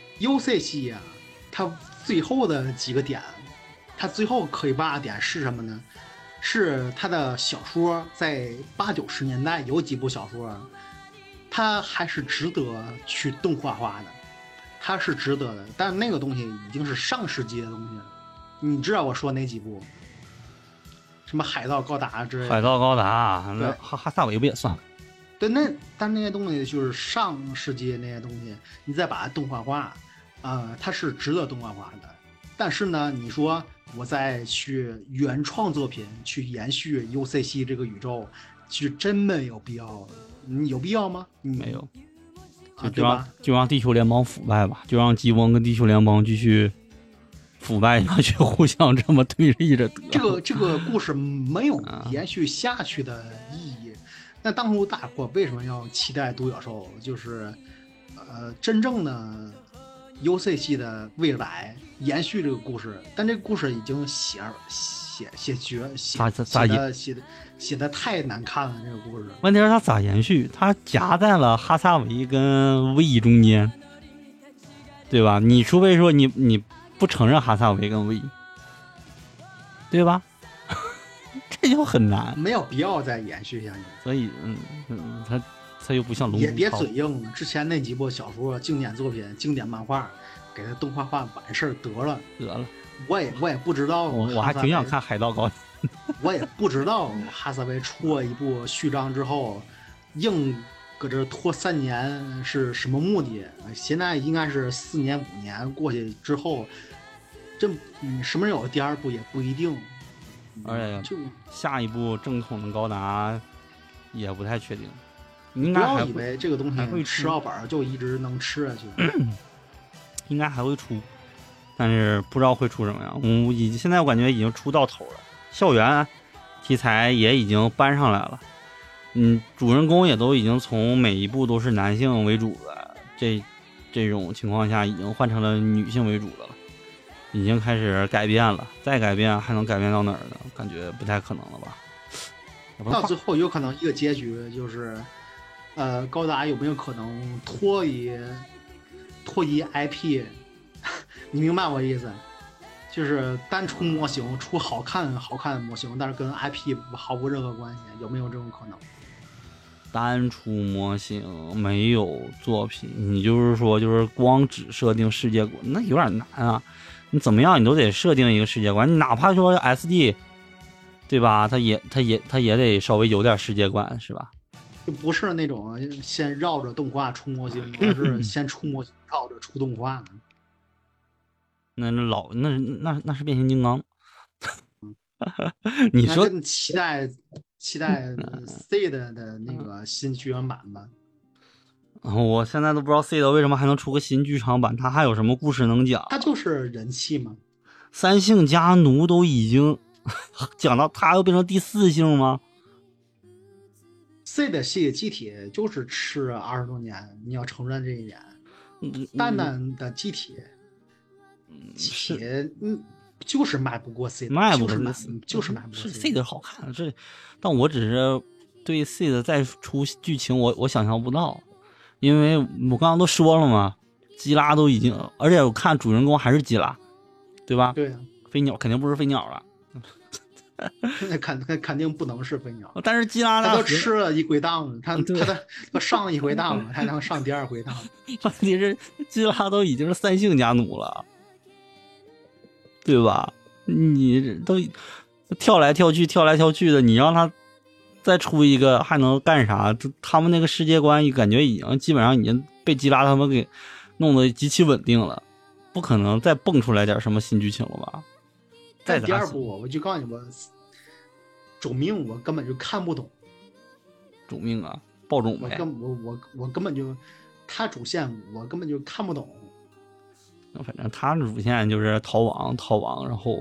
UC 系啊，它最后的几个点，它最后可以挖的点是什么呢？是它的小说在80、90年代有几部小说。它还是值得去动画化的，它是值得的，但那个东西已经是上世纪的东西了。你知道我说哪几部？什么海盗高达之类的？ 海盗高达，那哈萨维不也算了？ 对，但那些东西就是上世纪那些东西，你再把它动画化，它是值得动画化的。但是呢，你说我再去原创作品去延续 UCC 这个宇宙，其实真没有必要。有必要吗？ 没有， 就让地球联邦腐败吧，就让吉翁跟地球联邦继续腐败下去，互相这么对立着得。 这个故事没有延续下去的意义。那当初大伙为什么要期待独角兽？就是真正的 UC 系的未来延续这个故事，但这个故事已经写的太难看了，这个故事。 问题是他咋延续？他夹在了哈萨维跟 V 中间，对吧？你除非说你不承认哈萨维跟 V， 对吧？这就很难， 没有必要再延续下去。 所以他又不像龙珠， 也别嘴硬。之前那几部小说、经典作品、经典漫画， 给他动画化完事儿得了。 得了， 我也不知道， 我还挺想看海盗高达。 我也不知道哈萨维出了一部序章之后，硬搁这拖3年是什么目的？现在应该是4年5年过去之后，这什么时候有第2部也不一定。 而且就下一部正统的高达也不太确定，应不该还要以为这个东还会西吃到板就一直能吃下去。 应该还会出，但是不知道会出什么样。现在我感觉已经出到头了，校园题材也已经搬上来了。主人公也都已经从每一部都是男性为主的这种情况下，已经换成了女性为主的了，已经开始改变了。再改变还能改变到哪儿呢？感觉不太可能了吧？ 到最后有可能一个结局就是，高达有没有可能脱离 IP？ 你明白我意思？就是单出模型，出好看的模型，但是跟 IP 毫无任何关系，有没有这种可能？ 单出模型没有作品，你就是说就是光只设定世界观，那有点难啊。你怎么样你都得设定一个世界观，你哪怕说 SD， 对吧？它也得稍微有点世界观，是吧？ 就不是那种先绕着动画出模型，而是先出模型绕着出动画。 那是变形金刚。你说期待 C 的那个新剧场版吧。 我现在都不知道 C 的为什么还能出个新剧场版，它还有什么故事能讲？ 它就是人气嘛。 3姓家奴都已经讲到，它又变成第4姓吗 ？C 的系列机体就是吃了20多年，你要承认这一点。单单的机体，就是卖不过 C 的， 卖不过就是卖不过是 C 的好看。但我只是对 C 的再出剧情我想象不到，因为我刚刚都说了嘛，基拉都已经，而且我看主人公还是基拉，对吧？ 对啊， 飞鸟肯定不是飞鸟了。 那肯定不能是飞鸟， 但是基拉他都吃了1回当，他上了1回当，还能上第2回当。 问题是基拉都已经是3姓家奴了，对吧？你都跳来跳去的，你让他再出一个还能干啥？他们那个世界观感觉基本上已经被基拉他们给弄得极其稳定了，不可能再蹦出来点什么新剧情了吧？ 在第2部我就告诉你，我种命我根本就看不懂。 种命啊，爆种呗！ 我根本就他主线我根本就看不懂。 反正他的主线就是逃亡，然后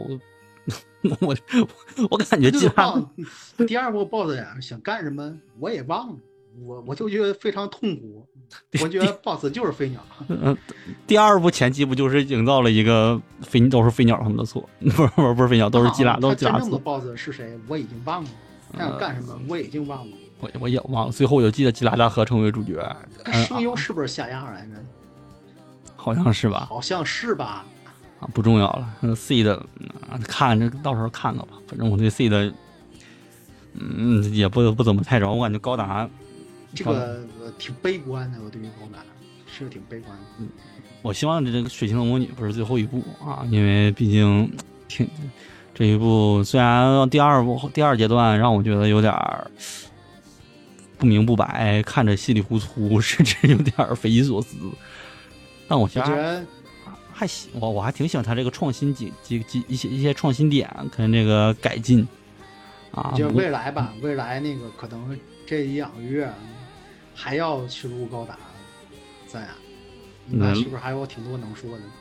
我感觉基拉第2部 BOSS 呀想干什么我也忘了。我就觉得非常痛苦，我觉得 BOSS 就是飞鸟。 第2部前期不就是营造了一个都是飞鸟他们的错，不是飞鸟，都是基拉，都是基拉错。 真正的 BOSS 是谁我已经忘了，他想干什么我已经忘了。 我也忘了，最后我就记得基拉大河成为主角。 声优是不是下压来着？ 好像是吧？ 好像是吧？ 啊，不重要了。C 的看着到时候看看吧，反正我对 C 的也不怎么太着，我感觉高达。 这个挺悲观的，我对于高达是挺悲观的。 我希望这个水星的魔女不是最后一部啊，因为毕竟这一部虽然第2阶段让我觉得有点不明不白，看着稀里糊涂，甚至有点匪夷所思，但我觉得还行，我还挺喜欢他这个创新一些创新点跟这个改进啊。 就未来吧，未来那个可能这1-2个月。还要去录高达，在那是不是还有挺多能说的？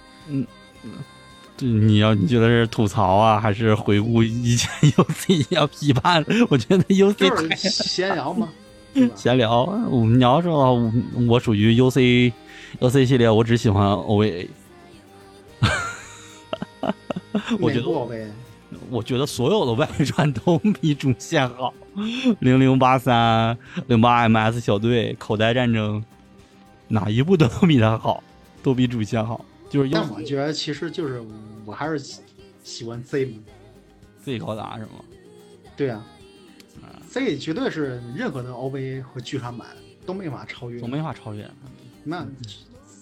你觉得是吐槽啊，还是回顾以前 UC 要批判？我觉得 UC 就是闲聊嘛， 闲聊。你要说我属于 UC 系列，我只喜欢 OVA。我觉得所有的外传都比主线好，0083、08MS 小队、口袋战争，哪一部都比它好，都比主线好。 但我觉得其实就是我还是喜欢 Z 嘛 ，Z 高达是吗？ 对啊，Z 绝对是任何的 OVA 和剧场版都没法超越， 那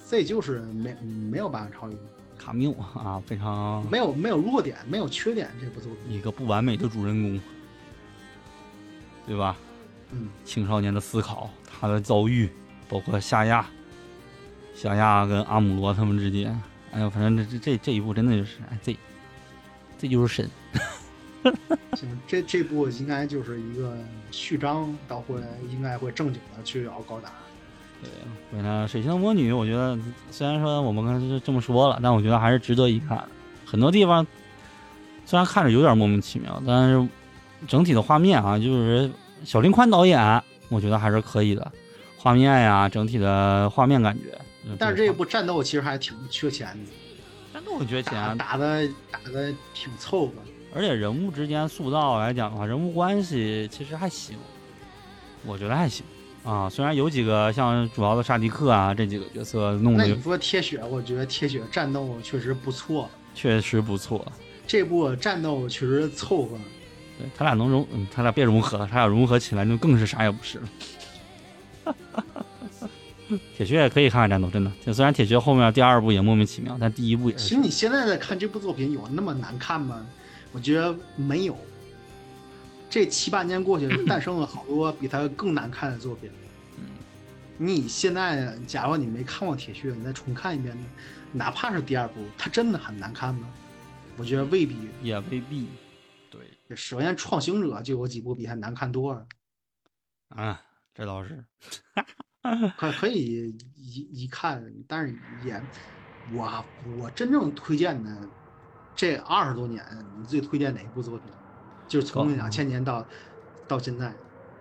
这就是没有办法超越， 卡缪啊，非常没有弱点，没有缺点，这部作品一个不完美的主人公，对吧？青少年的思考，他的遭遇，包括夏亚跟阿姆罗他们之间，哎呀，反正这一部真的就是，哎，这就是神。 行，这部应该就是一个序章，到会应该会正经的去熬高达。 对，为了水星的魔女，我觉得虽然说我们刚才这么说了，但我觉得还是值得一看的。很多地方虽然看着有点莫名其妙，但是整体的画面啊，就是小林宽导演，我觉得还是可以的。画面呀，整体的画面感觉。 但是这部战斗其实还挺缺钱的， 战斗很缺钱， 打的挺凑合。 而且人物之间塑造来讲的话，人物关系其实还行，我觉得还行啊。虽然有几个像主要的沙迪克啊这几个角色弄的， 那你说铁血，我觉得铁血战斗确实不错， 确实不错。 这部战斗确实凑合。 对他俩能他俩别融合，他俩融合起来就更是啥也不是了。铁血也可以看看战斗，真的。虽然铁血后面第二部也莫名其妙，但第一部也是。 其实你现在在看这部作品，有那么难看吗？我觉得没有。这7、8年过去，诞生了好多比它更难看的作品。你现在假如你没看过铁血，你再重看一遍，哪怕是第二部，它真的很难看吗？我觉得未必， 也未必。对， 首先创行者就有几部比它难看多了。 啊，这倒是。 可以一看，但是也我真正推荐的这20多年，你最推荐哪一部作品？就是从2000年到现在。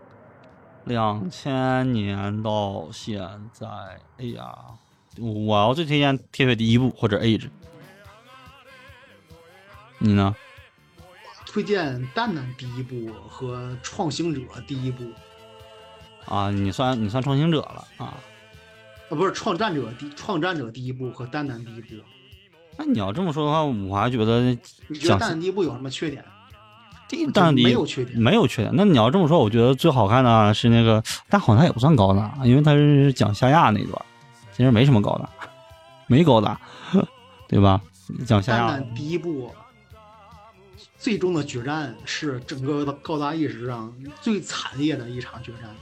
2000年到现在，哎呀，我要最推荐铁血第一部或者 Age。你呢？ 推荐蛋蛋第一部和创行者第一部。 啊，你算创行者了啊？ 不是创战者第一部和蛋蛋第一部。 那你要这么说的话，我还觉得你觉得蛋蛋第一部有什么缺点？ 蛋蛋第一没有缺点， 没有缺点。那你要这么说，我觉得最好看的是那个，但好像也不算高达，因为他是讲夏亚那段，其实没什么高达，没高达，对吧？讲夏亚。 蛋蛋第一部最终的决战是整个高达历史上最惨烈的一场决战。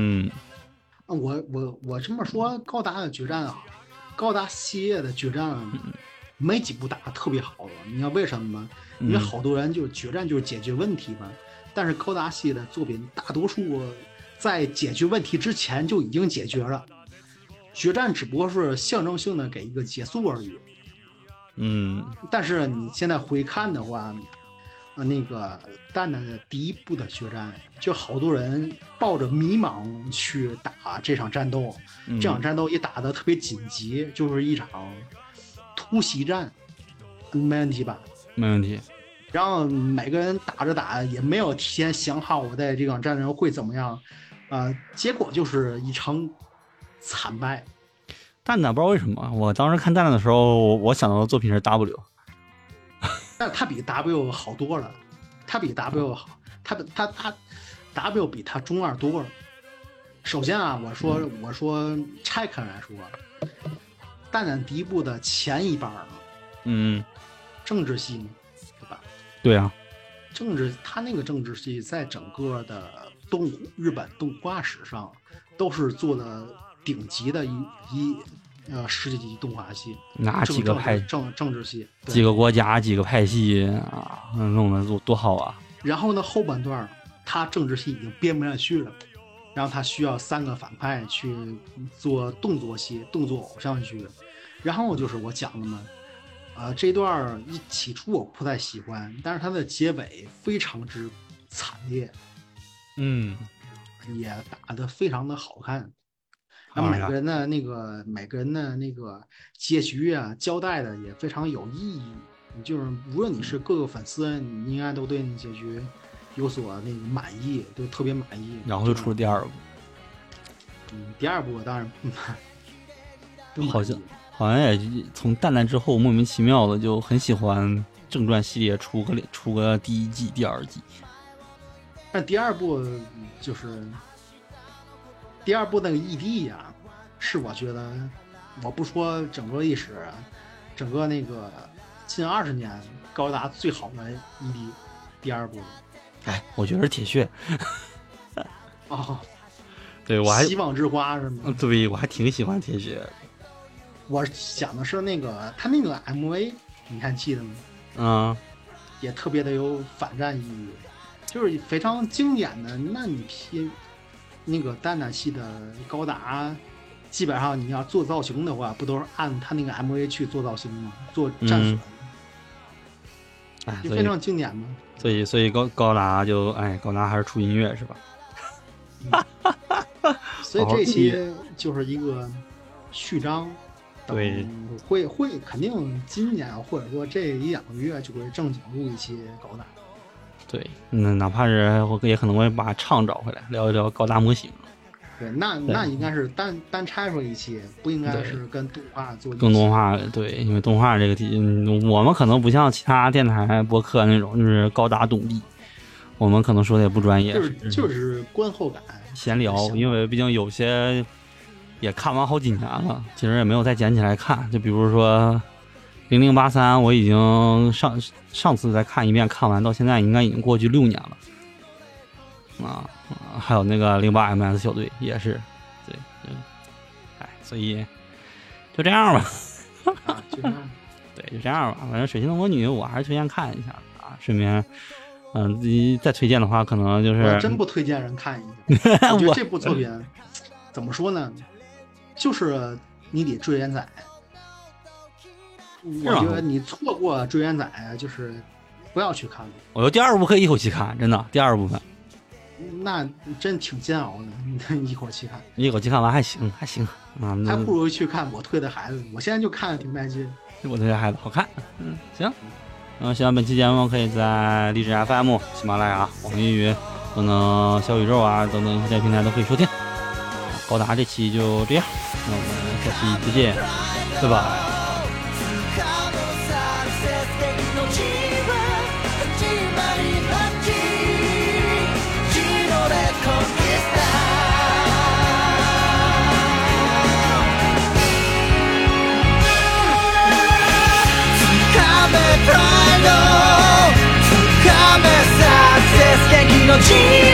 我这么说，高达的决战啊，高达系列的决战没几部打得特别好的。你知道为什么吗？因为好多人就是决战就是解决问题嘛，但是高达系列的作品大多数在解决问题之前就已经解决了，决战只不过是象征性的给一个结束而已。但是你现在回看的话，那个蛋蛋的第一部的决战，就好多人抱着迷茫去打这场战斗，这场战斗也打得特别紧急，就是一场突袭战，没问题吧？ 没问题。 然后每个人打着打也没有提前想好我在这场战争会怎么样，结果就是一场惨败。 蛋蛋不知道为什么，我当时看蛋蛋的时候，我想到的作品是 W。 但他比 W 好多了，他比 W 好，他 W 比他中二多了。首先啊，我说拆开来说，蛋蛋第一部的前一半政治系嘛，对吧？ 对啊， 他那个政治系在整个的日本动画史上都是做的顶级的世界级动画系。 哪几个派政治系， 几个国家几个派系啊，弄得多好啊！ 然后呢，后半段他政治系已经编不下去了，然后他需要3个反派去做动作戏、动作偶像剧。然后就是我讲的嘛，这段起初我不太喜欢，但是它的结尾非常之惨烈，也打得非常的好看。然后每个人的那个结局啊，交代的也非常有意义。就是无论你是各个粉丝，你应该都对那结局有所那个满意，都特别满意。 然后就出了第二部。 第二部我当然好像也从蛋蛋之后莫名其妙的就很喜欢正传系列，出个第1季、第2季。 但第二部那个 ED 呀，是我觉得我不说整个历史，整个那个近20年高达最好的ED第2部。 哎，我觉得是铁血。 哦， 对我还希望之花是吗？ 对我还挺喜欢铁血。 我想的是那个他那个 MV， 你还记得吗？ 嗯， 也特别的有反战意义，就是非常经典的。那你拼那个蛋蛋系的高达，基本上你要做造型的话，不都是按他那个 MV 去做造型吗？做战损， 哎， 就非常经典嘛。 所以高达就高达还是出音乐是吧？ 所以这期就是一个序章， 对， 会肯定今年或者说这1-2个月就会正经录一期高达。 对，哪怕是我也可能会把畅找回来聊一聊高达模型。 对，那应该是单拆出一期，不应该是跟动画做一期。 跟动画对，因为动画这个题，我们可能不像其他电台播客那种就是高达懂力，我们可能说的也不专业， 就是观后感闲聊，因为毕竟有些也看完好几年了，其实也没有再捡起来看。就比如说0083，我已经上次再看一遍，看完到现在应该已经过去6年了。还有那个08MS 小队也是，对，所以就这样吧。 就这样。 对，就这样吧。反正《水星的魔女》我还是推荐看一下啊，顺便，再推荐的话，可能就是我真不推荐人看一下。我觉得这部作品怎么说呢，就是你得追连载。我觉得你错过追连载，就是不要去看了。 我有第2部可以一口气看，真的，第2部分。 那真挺煎熬的，你一口气看， 一口气看完还行啊， 还不如去看我推的孩子。我现在就看的挺带劲， 我推的孩子好看。行，喜欢本期节目可以在荔枝 FM、喜马拉雅、网易云等等小宇宙啊等等一些平台都可以收听。高达这期就这样，那我们下期再见，拜拜。 プライドつかめさせ元気の